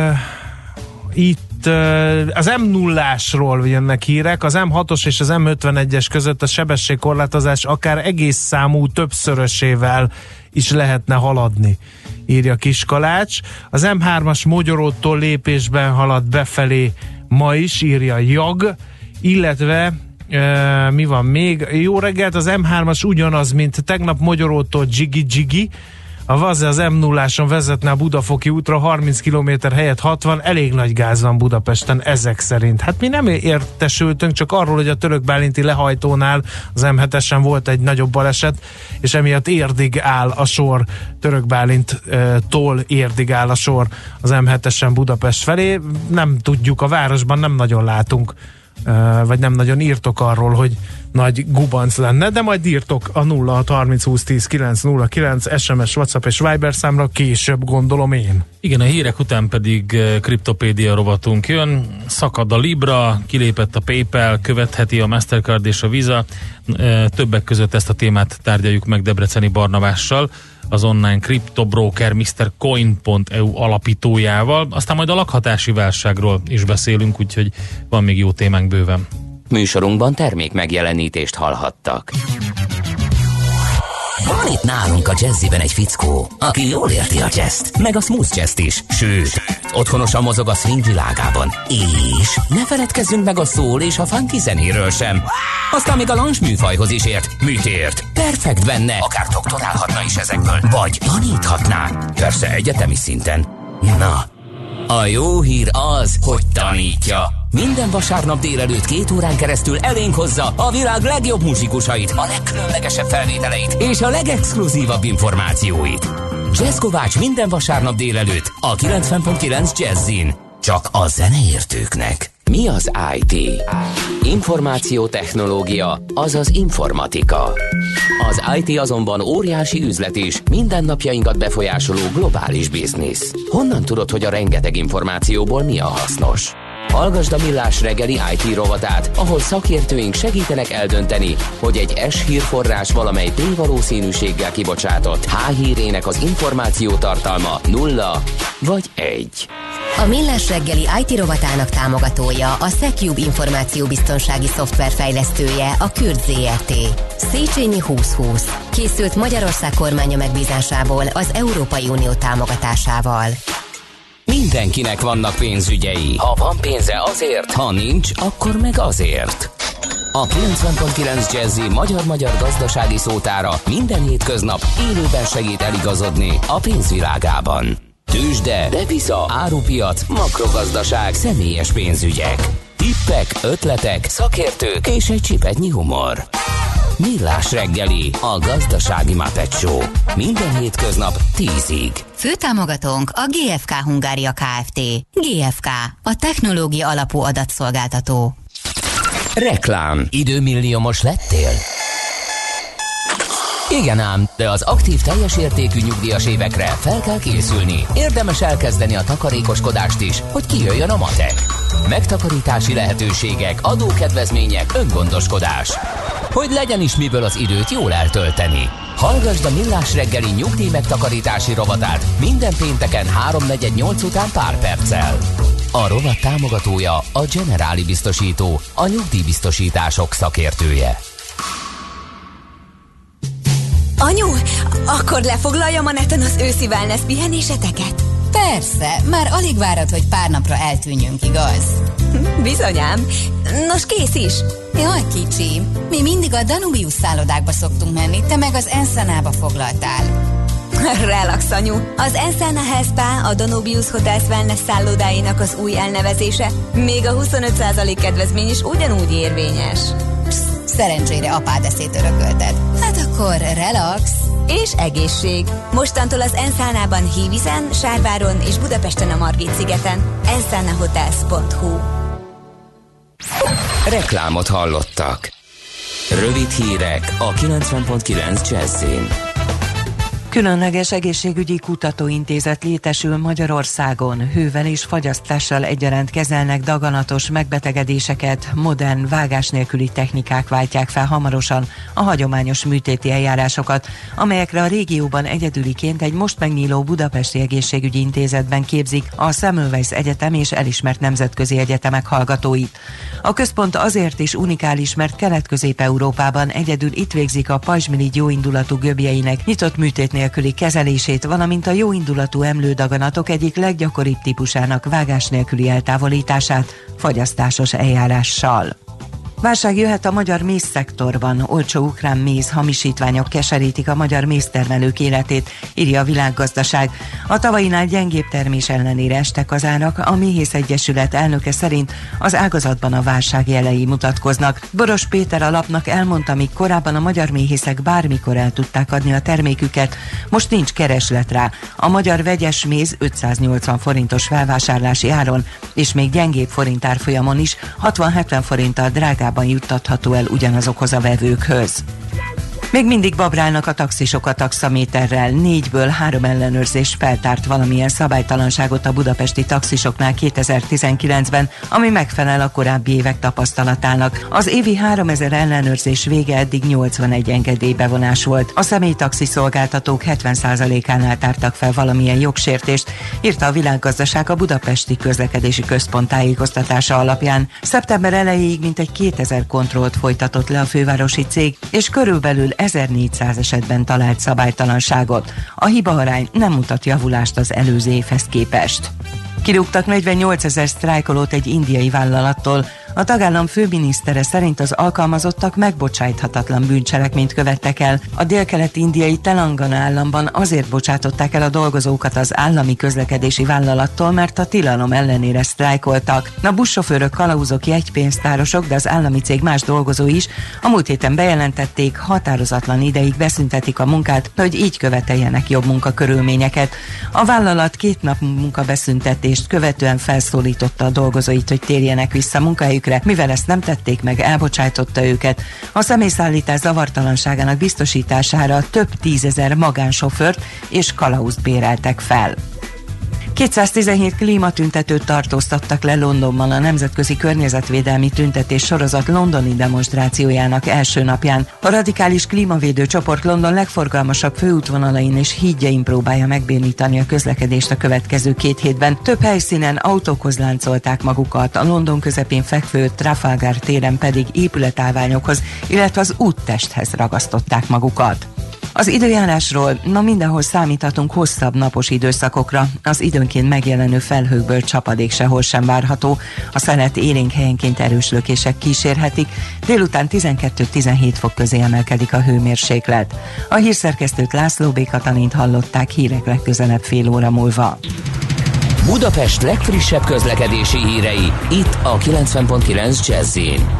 itt az M0-ásról jönnek hírek, az M6-os és az M51-es között a sebességkorlátozás akár egész számú többszörösével is lehetne haladni, írja Kiskalács. Az M3-as Mogyoróttól lépésben halad befelé ma is, írja Jag, illetve mi van még? Jó reggelt, az M3-as ugyanaz, mint tegnap Mogyoróttól Dzsigi-Dzsigi, a Vaze az M0-áson vezetne a Budafoki útra, 30 km helyett 60, elég nagy gáz van Budapesten ezek szerint. Hát mi nem értesültünk, csak arról, hogy a Törökbálinti lehajtónál az M7-esen volt egy nagyobb baleset, és emiatt Érdig áll a sor, Törökbálinttól Érdig áll a sor az M7-esen Budapest felé. Nem tudjuk, a városban nem nagyon látunk, vagy nem nagyon írtok arról, hogy nagy gubanc lenne, de majd írtok a 0630 20 10 909 SMS, WhatsApp és Viber számra később, gondolom én. Igen, a hírek után pedig kriptopédia rovatunk jön. Szakad a Libra, kilépett a PayPal, követheti a Mastercard és a Visa. Többek között ezt a témát tárgyaljuk meg Debreceni Barnavással, az online kriptobroker MrCoin.eu alapítójával. Aztán majd a lakhatási válságról is beszélünk, úgyhogy van még jó témánk bőven. Műsorunkban termék megjelenítést hallhattak. Van itt nálunk a Jazziben egy fickó, aki jól érti a jazzt, meg a smooth jazzt is, sőt, otthonosan mozog a swing világában. És ne feledkezzünk meg a soul és a funky zenéről sem. Aztán még a lounge műfajhoz is ért. Mit ért? Perfekt benne, akár doktorálhatna is ezekből, vagy taníthatná. Persze egyetemi szinten. Na, a jó hír az, hogy tanítja. Minden vasárnap délelőtt 2 órán keresztül elénk hozza a világ legjobb muzsikusait, a legkülönlegesebb felvételeit és a legexkluzívabb információit. Jazz Kovács minden vasárnap délelőtt a 90.9 Jazzin. Csak a zeneértőknek. Mi az IT? Információtechnológia, azaz informatika. Az IT azonban óriási üzlet is, mindennapjainkat befolyásoló globális biznisz. Honnan tudod, hogy a rengeteg információból mi a hasznos? Hallgasd a Millás reggeli IT rovatát, ahol szakértőink segítenek eldönteni, hogy egy S hírforrás valamely P-valószínűséggel kibocsátott H hírének az információ tartalma 0 vagy 1. A Millás reggeli IT rovatának támogatója a Secube információbiztonsági szoftver fejlesztője, a Kürt Zrt. Széchenyi 2020. Készült Magyarország kormánya megbízásából az Európai Unió támogatásával. Mindenkinek vannak pénzügyei. Ha van pénze azért, ha nincs, akkor meg azért. A 90.9 Jazzy magyar-magyar gazdasági szótára minden hétköznap élőben segít eligazodni a pénzvilágában. Tőzsde, depisza, árupiac, makrogazdaság, személyes pénzügyek. Tippek, ötletek, szakértők és egy csipetnyi humor. Millás reggeli, a gazdasági Muppet Show. Minden hétköznap 10-ig. Főtámogatónk a GFK Hungária Kft. GFK, a technológia alapú adatszolgáltató. Reklám. Időmilliómos lettél? Igen ám, de az aktív teljes értékű nyugdíjas évekre fel kell készülni. Érdemes elkezdeni a takarékoskodást is, hogy kijöjjön a matek. Megtakarítási lehetőségek, adókedvezmények, öngondoskodás. Hogy legyen is miből az időt jól eltölteni. Hallgasd a Millás reggeli nyugdíj megtakarítási rovatát minden pénteken 3-4-8 után pár perccel. A rovat támogatója a Generáli biztosító, a nyugdíjbiztosítások szakértője. Anyu, akkor lefoglaljam a neten az őszi wellness pihenéseteket? Persze, már alig várod, hogy pár napra eltűnjünk, igaz? Bizonyám. Nos, kész is. Jaj, kicsi. Mi mindig a Danubius szállodákba szoktunk menni, te meg az Ensenába foglaltál. Relax, anyu. Az Ensena Health Spa a Danubius Hotels Wellness szállodáinak az új elnevezése. Még a 25% kedvezmény is ugyanúgy érvényes. Szerencsére apád eszét örökölted. Hát akkor relax. És egészség. Mostantól az Enszánában Hívizen, Sárváron és Budapesten a Margit-szigeten. ensánahotels.hu. Reklámot hallottak. Rövid hírek a 90.9 Jazzin. Különleges egészségügyi kutatóintézet létesül Magyarországon. Hővel és fagyasztással egyaránt kezelnek daganatos megbetegedéseket, modern vágás nélküli technikák váltják fel hamarosan a hagyományos műtéti eljárásokat, amelyekre a régióban egyedüliként egy most megnyíló budapesti egészségügyi intézetben képzik a Semmelweis Egyetem és elismert nemzetközi egyetemek hallgatóit. A központ azért is unikális, mert Kelet-Közép-Európában egyedül itt végzik a pajzsmirigy jóindulatú göbjeinek nyitott műtét nélküli kezelését, valamint a jóindulatú emlődaganatok egyik leggyakoribb típusának vágás nélküli eltávolítását fagyasztásos eljárással. Válság jöhet a magyar mézszektorban, olcsó ukrán méz hamisítványok keserítik a magyar méztermelők életét, írja a Világgazdaság. A tavainál gyengébb termés ellenére estek az árak, a Méhész Egyesület elnöke szerint az ágazatban a válság jelei mutatkoznak. Boros Péter a lapnak elmondta, míg korábban a magyar méhészek bármikor el tudták adni a terméküket, most nincs kereslet rá. A magyar vegyes méz 580 forintos felvásárlási áron, és még gyengébb forint árfolyamon is 60-70 forinttal drágább juttatható el ugyanazokhoz a vevőkhöz. Még mindig babrálnak a taxisok a taxaméterrel. 4-ből 3 ellenőrzés feltárt valamilyen szabálytalanságot a budapesti taxisoknál 2019-ben, ami megfelel a korábbi évek tapasztalatának. Az évi 3000 ellenőrzés vége eddig 81 engedélybevonás volt. A személytaxi szolgáltatók 70%-ánál tártak fel valamilyen jogsértést, írta a Világgazdaság a Budapesti Közlekedési Központ tájékoztatása alapján. Szeptember elejéig mintegy 2000 kontrollt folytatott le a fővárosi cég, és körülbelül 1400 esetben talált szabálytalanságot. A hibaarány nem mutat javulást az előző évhez képest. Kirúgtak 48 000 sztrájkolót egy indiai vállalattól. A tagállam főminisztere szerint az alkalmazottak megbocsájthatatlan bűncselekményt követtek el. A délkelet-indiai Telangana államban azért bocsátották el a dolgozókat az állami közlekedési vállalattól, mert a tilalom ellenére sztrájkoltak. A buszsofőrök, kalauzok, jegypénztárosok, de az állami cég más dolgozói is a múlt héten bejelentették, határozatlan ideig beszüntetik a munkát, hogy így követeljenek jobb munkakörülményeket. A vállalat 2 nap munkabeszüntetést követően felszólította a dolgozóit, hogy térjenek vissza munkahelyükre, mivel ezt nem tették meg, elbocsájtotta őket. A személyszállítás zavartalanságának biztosítására több 10 000 magánsofőrt és kalauzt béreltek fel. 217 klímatüntetőt tartóztattak le Londonban a Nemzetközi Környezetvédelmi Tüntetés sorozat londoni demonstrációjának első napján. A radikális klímavédő csoport London legforgalmasabb főútvonalain és hídjain próbálja megbénítani a közlekedést a következő 2 hétben. Több helyszínen autókhoz láncolták magukat, a London közepén fekvő Trafalgar téren pedig épületállványokhoz, illetve az úttesthez ragasztották magukat. Az időjárásról, mindenhol számíthatunk hosszabb napos időszakokra, az időnként megjelenő felhőkből csapadék sehol sem várható, a szelet élénk helyenként erős lökések kísérhetik, délután 12-17 fok közé emelkedik a hőmérséklet. A hírszerkesztőt László B. Katalint hallották, hírek legközelebb fél óra múlva. Budapest legfrissebb közlekedési hírei, itt a 90.9 Jazz-in.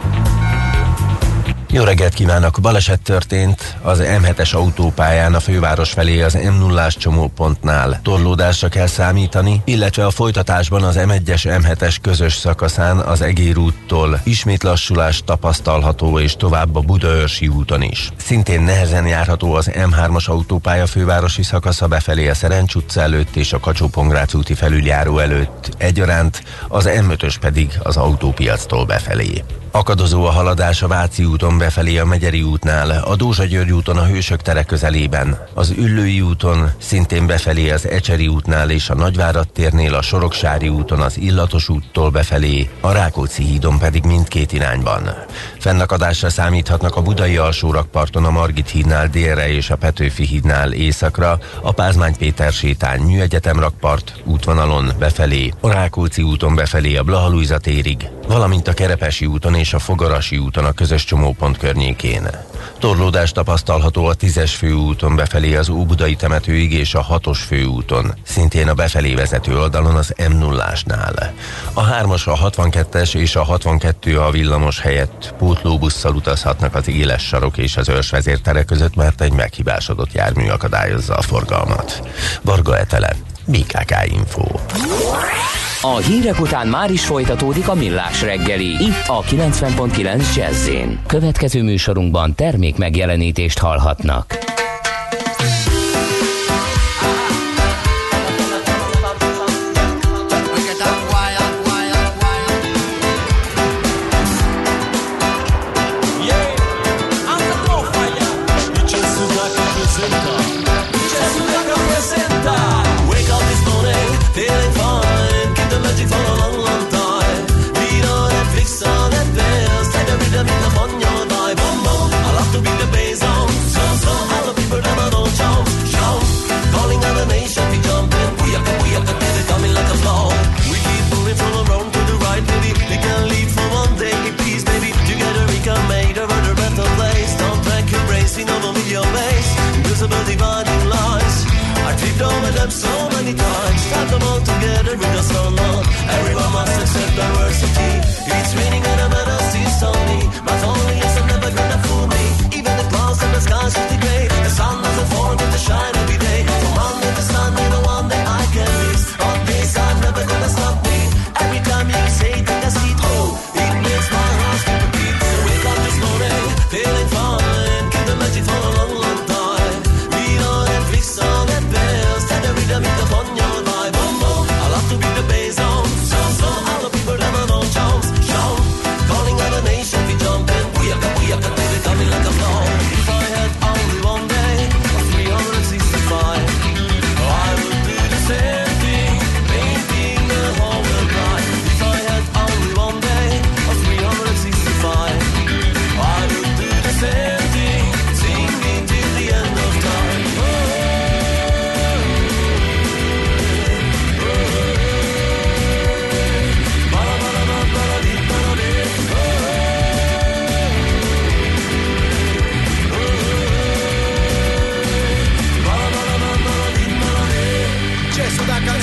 Jó reggelt kívánok! Baleset történt az M7-es autópályán a főváros felé az M0-ás csomópontnál. Torlódásra kell számítani, illetve a folytatásban az M1-es M7-es közös szakaszán az Egér úttól ismét lassulás tapasztalható, és tovább a Budaörsi úton is. Szintén nehezen járható az M3-as autópálya fővárosi szakasza befelé a Szerencs utca előtt és a Kacsó-Pongrác úti felüljáró előtt egyaránt, az M5-ös pedig az autópiactól befelé. Akadozó a haladás a Váci úton befelé a Megyeri útnál, a Dózsa-György úton a Hősök tere közelében, az Üllői úton szintén befelé az Ecseri útnál és a Nagyvárad térnél, a Soroksári úton az Illatos úttól befelé, a Rákóczi hídon pedig mindkét irányban. Fennakadásra számíthatnak a Budai alsórakparton a Margit hídnál délre és a Petőfi hídnál északra, a Pázmány Péter sétány Műegyetem rakpart útvonalon befelé, a Rákóczi úton befelé a Blaha Lujza térig, valamint a Kerepesi úton és a Fogarasi úton a közös csomópont környékén. Torlódás tapasztalható a 10-es főúton befelé az Óbudai temetőig és a 6-os főúton, szintén a befelé vezető oldalon az M0-ásnál. A 3-as, a 62-es és a 62 a villamos helyett pótlóbusszal utazhatnak az Éles sarok és az Őrs vezértere között, mert egy meghibásodott jármű akadályozza a forgalmat. Varga Etele, BKK Info. A hírek után már is folytatódik a Millás reggeli, itt a 90.9 Jazz-in. Következő műsorunkban termék megjelenítést hallhatnak.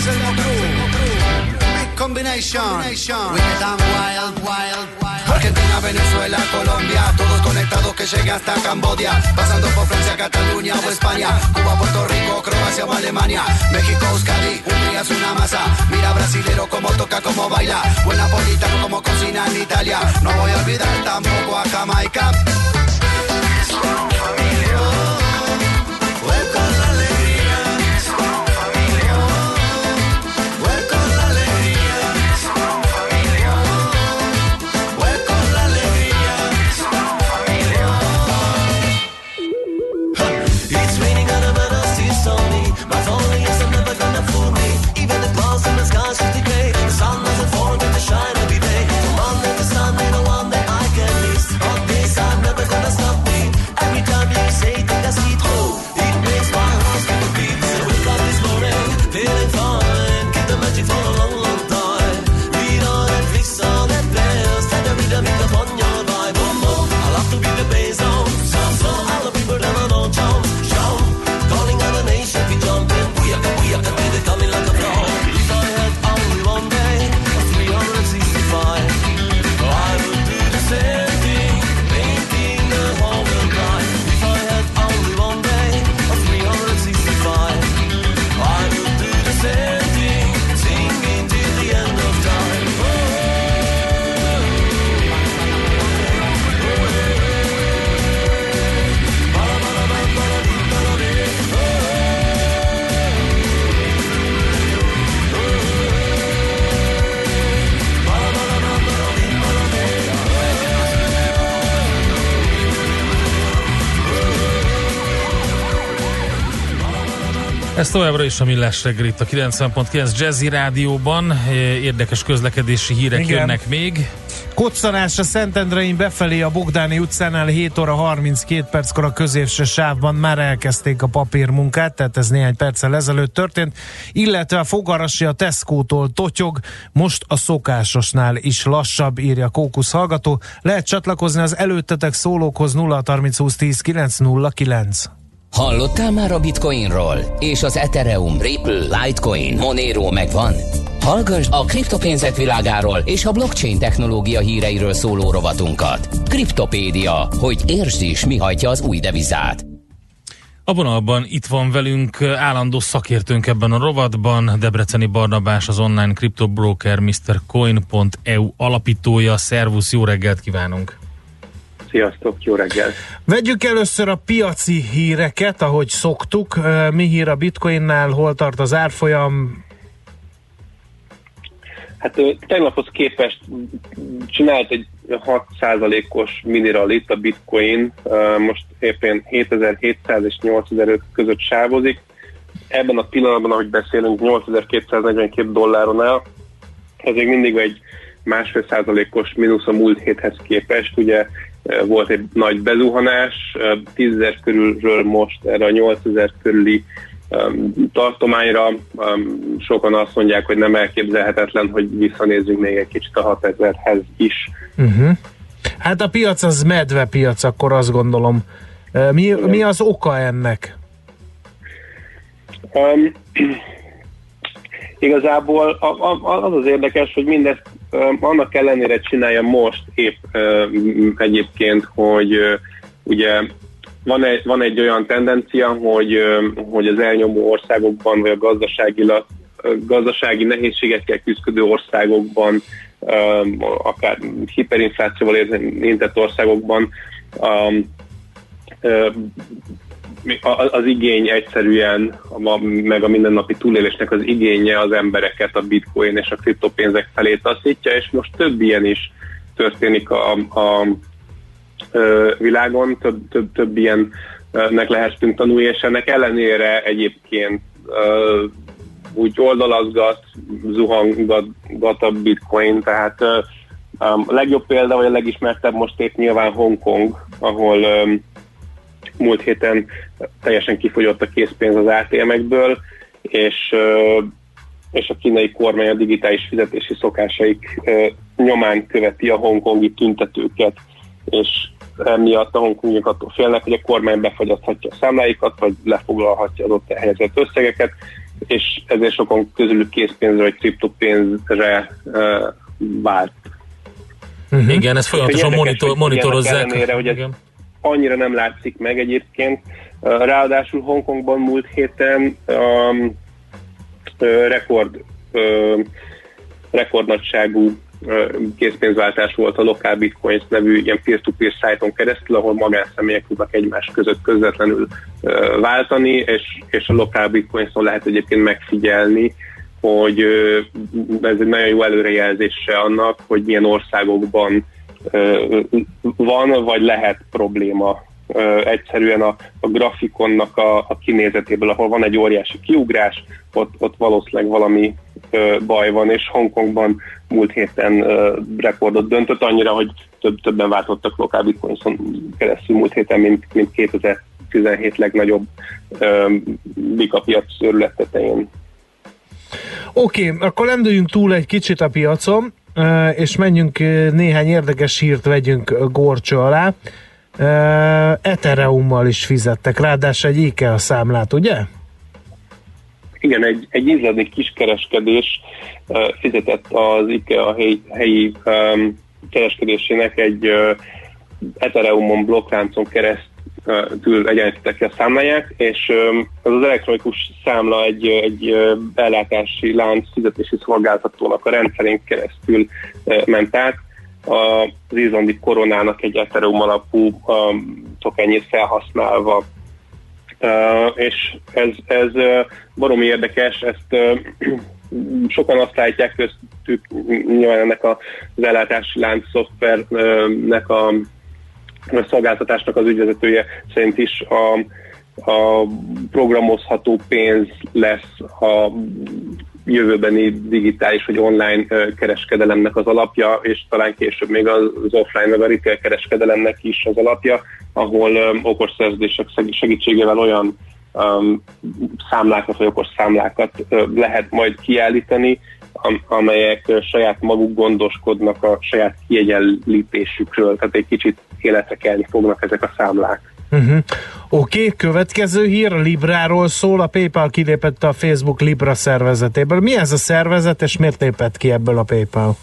es el Mocru. Big combination. We get them wild, wild, wild. Argentina, Venezuela, Colombia, todos conectados que llegue hasta Cambodia, pasando por Francia, Cataluña o España, Cuba, Puerto Rico, Croacia o Alemania, México, Euskadi, Hungría es una masa. Mira brasilero como toca, como baila, buen napolitano como cocina en Italia. No voy a olvidar tampoco a Jamaica. Somos familia. Vuelco con la alegría. Somos familia. Vuelco con la alegría. Somos familia. Vuelco con la alegría. Somos familia. It's raining on a meadow, seas on me. My phone is never gonna fool me. Even the clouds in the sky should decay. The sun doesn't forget to shine every day. Come on, let the sun be the one that I can miss. All this I'm never gonna stop me. Every time you say think I see through, it makes my heart skip a beat. So wake up this morning, feeling fine. Keep the magic for a long, long time. Read on Netflix, on that bells. Set the rhythm in upon your vibe. Boom, boom. I love to be the bass zone. So all the people that I don't jump, jump. Calling out a nation, we jumping. We are feel it coming like a flow. If I had only one day, 365, I would do the same thing, painting the whole world bright. If I had only one day, 365, I would do the same thing, singing till the end of time. Ez továbbra is a Millás reggel itt a 90.9 Jazzy Rádióban. Érdekes közlekedési hírek Igen. jönnek még. Koccanás a Szentendrein befelé a Bogdáni utcánál 7 óra 32 perckor a középső sávban már elkezdték a papírmunkát, tehát ez néhány perccel ezelőtt történt, illetve a Fogarasi a Tesco-tól totyog, most a szokásosnál is lassabb, írja Kókusz hallgató. Lehet csatlakozni az előttetek szólókhoz 030 20 10 909. Hallottál már a Bitcoinról? És az Ethereum, Ripple, Litecoin, Monero megvan? Hallgass a kriptopénzek világáról és a blockchain technológia híreiről szóló rovatunkat. Kriptopédia, hogy értsd is, mi hajtja az új devizát. A vonalban itt van velünk állandó szakértőnk ebben a rovatban, Debreceni Barnabás, az online kriptobroker MrCoin.eu alapítója. Szervusz, jó reggelt kívánunk! Sziasztok, jó reggel! Vegyük először a piaci híreket, ahogy szoktuk. Mi hír a Bitcoinnál, hol tart az árfolyam? Hát tegnaphoz képest csinált egy 6%-os minirallit a Bitcoin, most éppen 7700 és 8005 között sávozik. Ebben a pillanatban, ahogy beszélünk, 8242 dolláron áll. Ez még mindig egy 1,5%-os mínusz a múlt héthez képest. Ugye volt egy nagy bezuhanás, 10.000 körülről most erre a 8.000 körüli tartományra. Sokan azt mondják, hogy nem elképzelhetetlen, hogy visszanézzünk még egy kicsit a 6.000-hez is. Hát a piac az medvepiac, akkor azt gondolom. Mi az oka ennek? Igazából az az érdekes, hogy mindezt annak ellenére csinálja most épp egyébként, hogy ugye van egy olyan tendencia, hogy az elnyomó országokban, vagy a gazdasági nehézségekkel küzdő országokban, akár hiperinflációval érintett országokban az igény egyszerűen, meg a mindennapi túlélésnek az igénye az embereket a bitcoin és a kriptopénzek felé taszítja, és most több ilyen is történik a világon, több ilyennek lehetünk tanulni, és ennek ellenére egyébként úgy oldalazgat, zuhangat a bitcoin, tehát a legjobb példa, vagy a legismertebb most épp nyilván Hongkong, ahol múlt héten teljesen kifogyott a készpénz az ATM-ekből, és a kínai kormány a digitális fizetési szokásaik nyomán követi a hongkongi tüntetőket, és emiatt a hongkongiak attól félnek, hogy a kormány befagyaszthatja a számláikat, vagy lefoglalhatja az ott elhelyezett összegeket, és ezért sokan közülük készpénzre vagy kriptopénzre vált. Igen, ezt folyamatosan monitorozzák. Ellenére, hogy ez annyira nem látszik meg egyébként. Ráadásul Hongkongban múlt héten rekordnagyságú készpénzváltás volt a Local Bitcoins nevű ilyen peer-to-peer szájton keresztül, ahol magánszemélyek tudnak egymás között közvetlenül váltani, és a Local Bitcoinson lehet egyébként megfigyelni, hogy ez egy nagyon jó előrejelzése annak, hogy milyen országokban van vagy lehet probléma. Egyszerűen a grafikonnak a kinézetéből, ahol van egy óriási kiugrás, ott valószínűleg valami baj van, és Hongkongban múlt héten rekordot döntött, annyira, hogy többen váltottak Local Bitcoinson keresztül múlt héten, mint 2017 legnagyobb bikapiac őrület tetején. Oké, akkor lendüljünk túl egy kicsit a piacon, és menjünk néhány érdekes hírt vegyünk górcső alá. Ethereummal is fizettek, ráadásul egy IKEA számlát, ugye? Igen, egy izlandi kiskereskedés fizetett az IKEA helyi kereskedésének egy Ethereumon blokkláncon keresztül egyenlítettek ki a számláját, és az elektronikus számla egy ellátási lánc fizetési szolgáltatónak a rendszerén keresztül ment át, az izlandi koronának egy Ethereum alapú tokenjét felhasználva. És ez baromi érdekes, ezt sokan azt látják köztük, nyilván ennek az ellátási lánc szoftvernek a szolgáltatásnak az ügyvezetője szerint is a programozható pénz lesz a jövőbeni digitális vagy online kereskedelemnek az alapja, és talán később még az offline vagy a retail kereskedelemnek is az alapja, ahol okos szerződések segítségével olyan számlákat vagy okos számlákat lehet majd kiállítani, amelyek saját maguk gondoskodnak a saját kiegyenlítésükről, tehát egy kicsit életre kelni fognak ezek a számlák. Oké, következő hír a Libráról szól, a PayPal kilépett a Facebook Libra szervezetéből. Mi ez a szervezet, és miért lépett ki ebből a PayPal?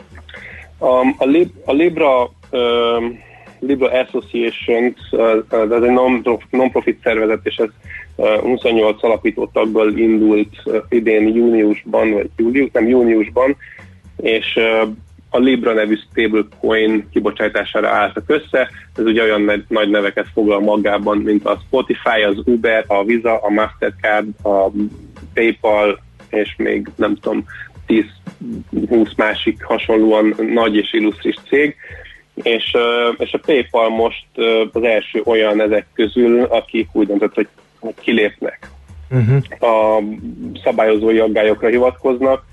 A Libra Association, ez egy non-profit szervezet, és ez 28 alapító taggal indult idén júniusban, és a Libra nevű stablecoin kibocsátására álltak össze. Ez ugye olyan nagy neveket foglal magában, mint a Spotify, az Uber, a Visa, a Mastercard, a PayPal, és még nem tudom, 10-20 másik hasonlóan nagy és illusztris cég. És a PayPal most az első olyan ezek közül, akik úgy döntött, hogy kilépnek. A szabályozói aggályokra hivatkoznak.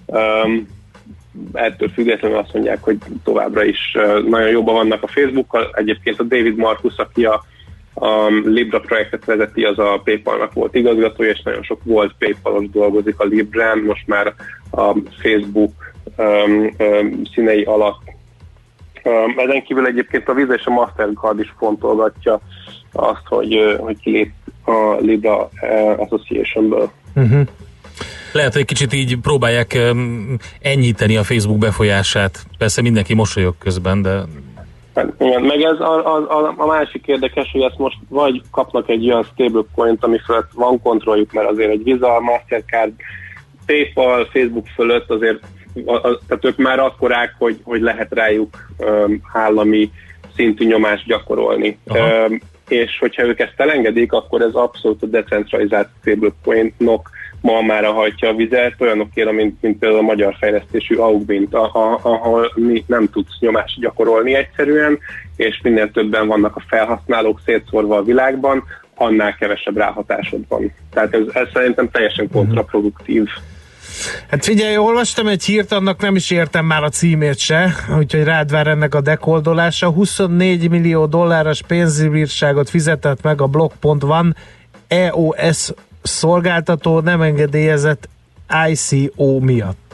Ettől függetlenül azt mondják, hogy továbbra is nagyon jobban vannak a Facebookkal. Egyébként a David Marcus, aki a Libra projektet vezeti, az a PayPal-nak volt igazgatója, és nagyon sok volt PayPal-os dolgozik a Librán, most már a Facebook színei alatt. Ezen kívül egyébként a Visa és a Mastercard is fontolgatja azt, hogy kilép a Libra Associationből. Lehet, hogy kicsit így próbálják enyhíteni a Facebook befolyását. Persze mindenki mosolyog közben, de... Igen, meg ez a másik érdekes, hogy ezt most vagy kapnak egy olyan stablecoint, ami fölött van kontrolljuk, mert azért egy Visa, Mastercard, PayPal, Facebook fölött azért, tehát ők már akkorák, hogy lehet rájuk állami szintű nyomást gyakorolni. És hogyha ők ezt elengedik, akkor ez abszolút a decentralizált stablecoinok ma már hajtja a vizet, olyanokért, mint például a magyar fejlesztésű Augbint, ahol nem tudsz nyomást gyakorolni egyszerűen, és minél többen vannak a felhasználók szétszórva a világban, annál kevesebb ráhatásod van. Tehát ez szerintem teljesen kontraproduktív. Hát figyelj, olvastam egy hírt, annak nem is értem már a címét se, úgyhogy rád vár ennek a dekoldolása. 24 millió dolláros pénzbírságot fizetett meg a Block.one EOS szolgáltató nem engedélyezett ICO miatt.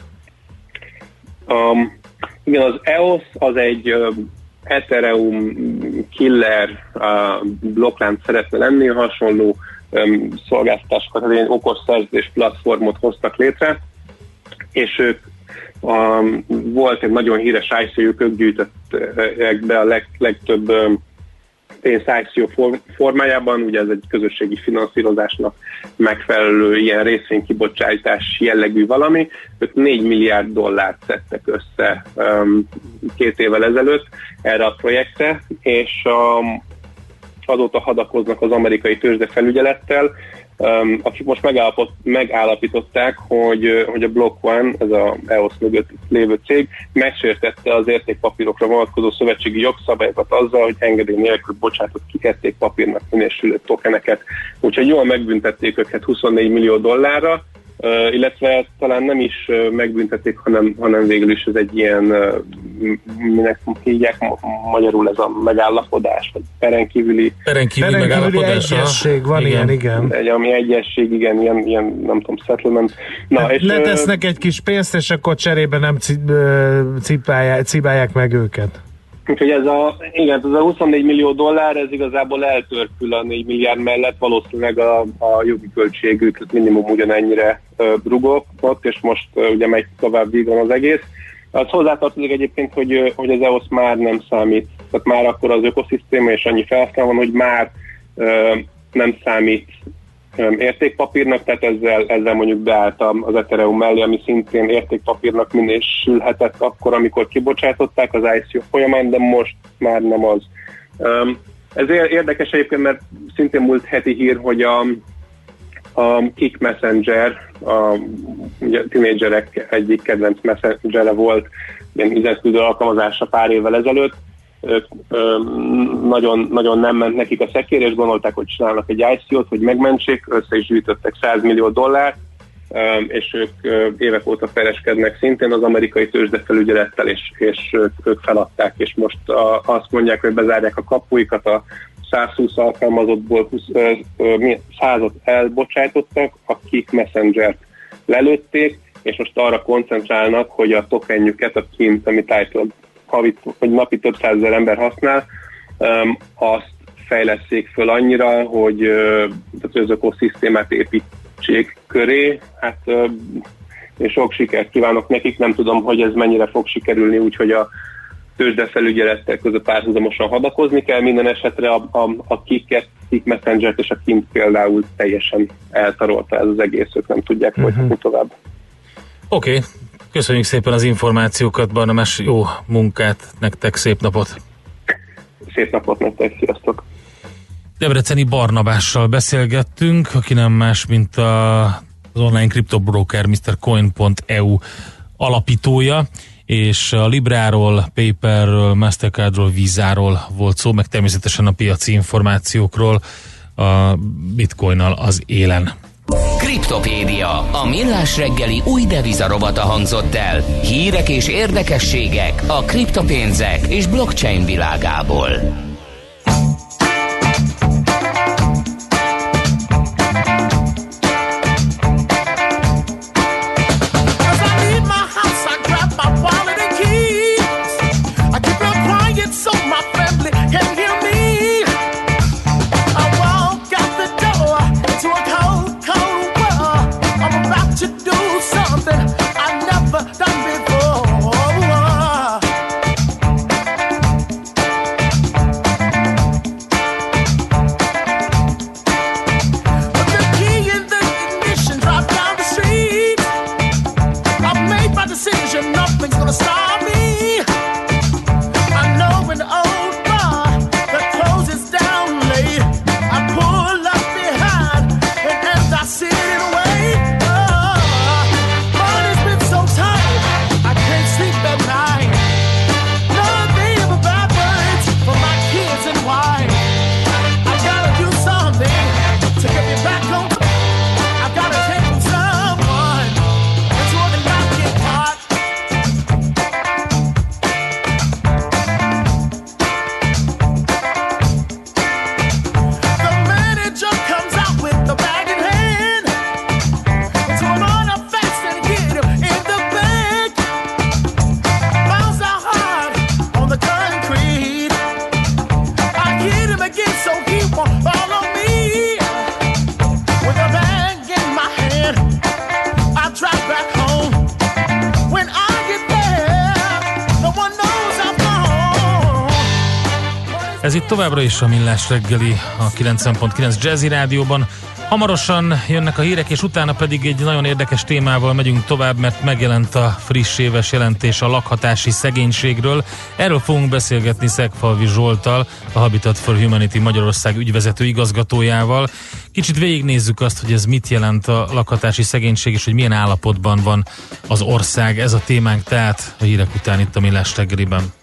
Igen, az EOS az egy Ethereum killer blokklánc szeretne lenni, hasonló szolgáltatásokat, tehát egy okos szerződés platformot hoztak létre, és ők volt egy nagyon híres ICO-juk, ők gyűjtöttek be a legtöbb pénz ICO formájában, ugye ez egy közösségi finanszírozásnak megfelelő ilyen részvénykibocsátás jellegű valami. Ők 4 milliárd dollárt szedtek össze 2 évvel ezelőtt erre a projektre, és azóta hadakoznak az amerikai tőzsdefelügyelettel, akik most megállapították, hogy a Block One, ez az EOS mögött lévő cég, megsértette az értékpapírokra vonatkozó szövetségi jogszabályokat azzal, hogy engedély nélkül bocsátott ki értékpapírnak minősülő tokeneket. Úgyhogy jól megbüntették őket 24 millió dollárra, illetve talán nem is megbüntették, hanem végül is ez egy ilyen, minek hívják magyarul, ez a megállapodás, vagy perenkívüli megállapodás. Egyesség van, igen. Ami egyesség, igen, ilyen nem tudom, settlement. Letesznek egy kis pénzt, és akkor cserébe nem cibálják meg őket. Úgyhogy ez a 24 millió dollár, ez igazából eltörpül a 4 milliárd mellett, valószínűleg a jogi költségük minimum ugyanennyire rugott, és most ugye megy tovább vígan az egész. Az hozzátartozik egyébként, hogy az EOS már nem számít, tehát már akkor az ökoszisztéma és annyi felhasználó van, hogy már nem számít értékpapírnak, tehát ezzel mondjuk beálltam az Ethereum mellé, ami szintén értékpapírnak minősülhetett akkor, amikor kibocsátották az ICO folyamán, de most már nem az. Ez érdekes egyébként, mert szintén múlt heti hír, hogy a Kik Messenger, ugye a tínédzserek egyik kedvenc messengere volt, ilyen üzenetküldő alkalmazása pár évvel ezelőtt, nagyon nem ment nekik a szekér, és gondolták, hogy csinálnak egy ICO-t, hogy megmentsék, össze is gyűjtöttek 100 millió dollárt, és ők évek óta pereskednek szintén az amerikai tőzsdefelügyelettel, és ők feladták, és most azt mondják, hogy bezárják a kapuikat, a 120 alkalmazottból 100-ot elbocsájtottak, akik Messenger-t lelőtték, és most arra koncentrálnak, hogy a tokenjüket, a KINT, amit állítólag hogy napi több százezer ember használ, azt fejlesszék föl annyira, hogy az ökoszisztémát építsék köré. Hát én sok sikert kívánok nekik, nem tudom, hogy ez mennyire fog sikerülni, úgyhogy a tőzsdefelügyelettel között párhuzamosan hadakozni kell. Minden esetre a Kik Messenger-t és a KINT például teljesen eltarolta ez az egész, ők nem tudják folytatni tovább. Oké. Köszönjük szépen az információkat, Barnabás, jó munkát nektek, szép napot! Szép napot nektek, sziasztok! Debreceni Barnabással beszélgettünk, aki nem más, mint az online kriptobroker Mr. Coin.eu alapítója, és a Libráról, Paperről, Mastercardról, Visáról volt szó, meg természetesen a piaci információkról a Bitcoinnal az élen. Kriptopédia, a millás reggeli új devizarovata hangzott el. Hírek és érdekességek a kriptopénzek és blockchain világából. Done before. Ez itt továbbra is a Millás reggeli a 90.9 Jazzy Rádióban. Hamarosan jönnek a hírek, és utána pedig egy nagyon érdekes témával megyünk tovább, mert megjelent a friss éves jelentés a lakhatási szegénységről. Erről fogunk beszélgetni Szegfalvi Zsolttal, a Habitat for Humanity Magyarország ügyvezető igazgatójával. Kicsit végignézzük azt, hogy ez mit jelent a lakhatási szegénység, és hogy milyen állapotban van az ország. Ez a témánk tehát a hírek után itt a Millás reggeliben.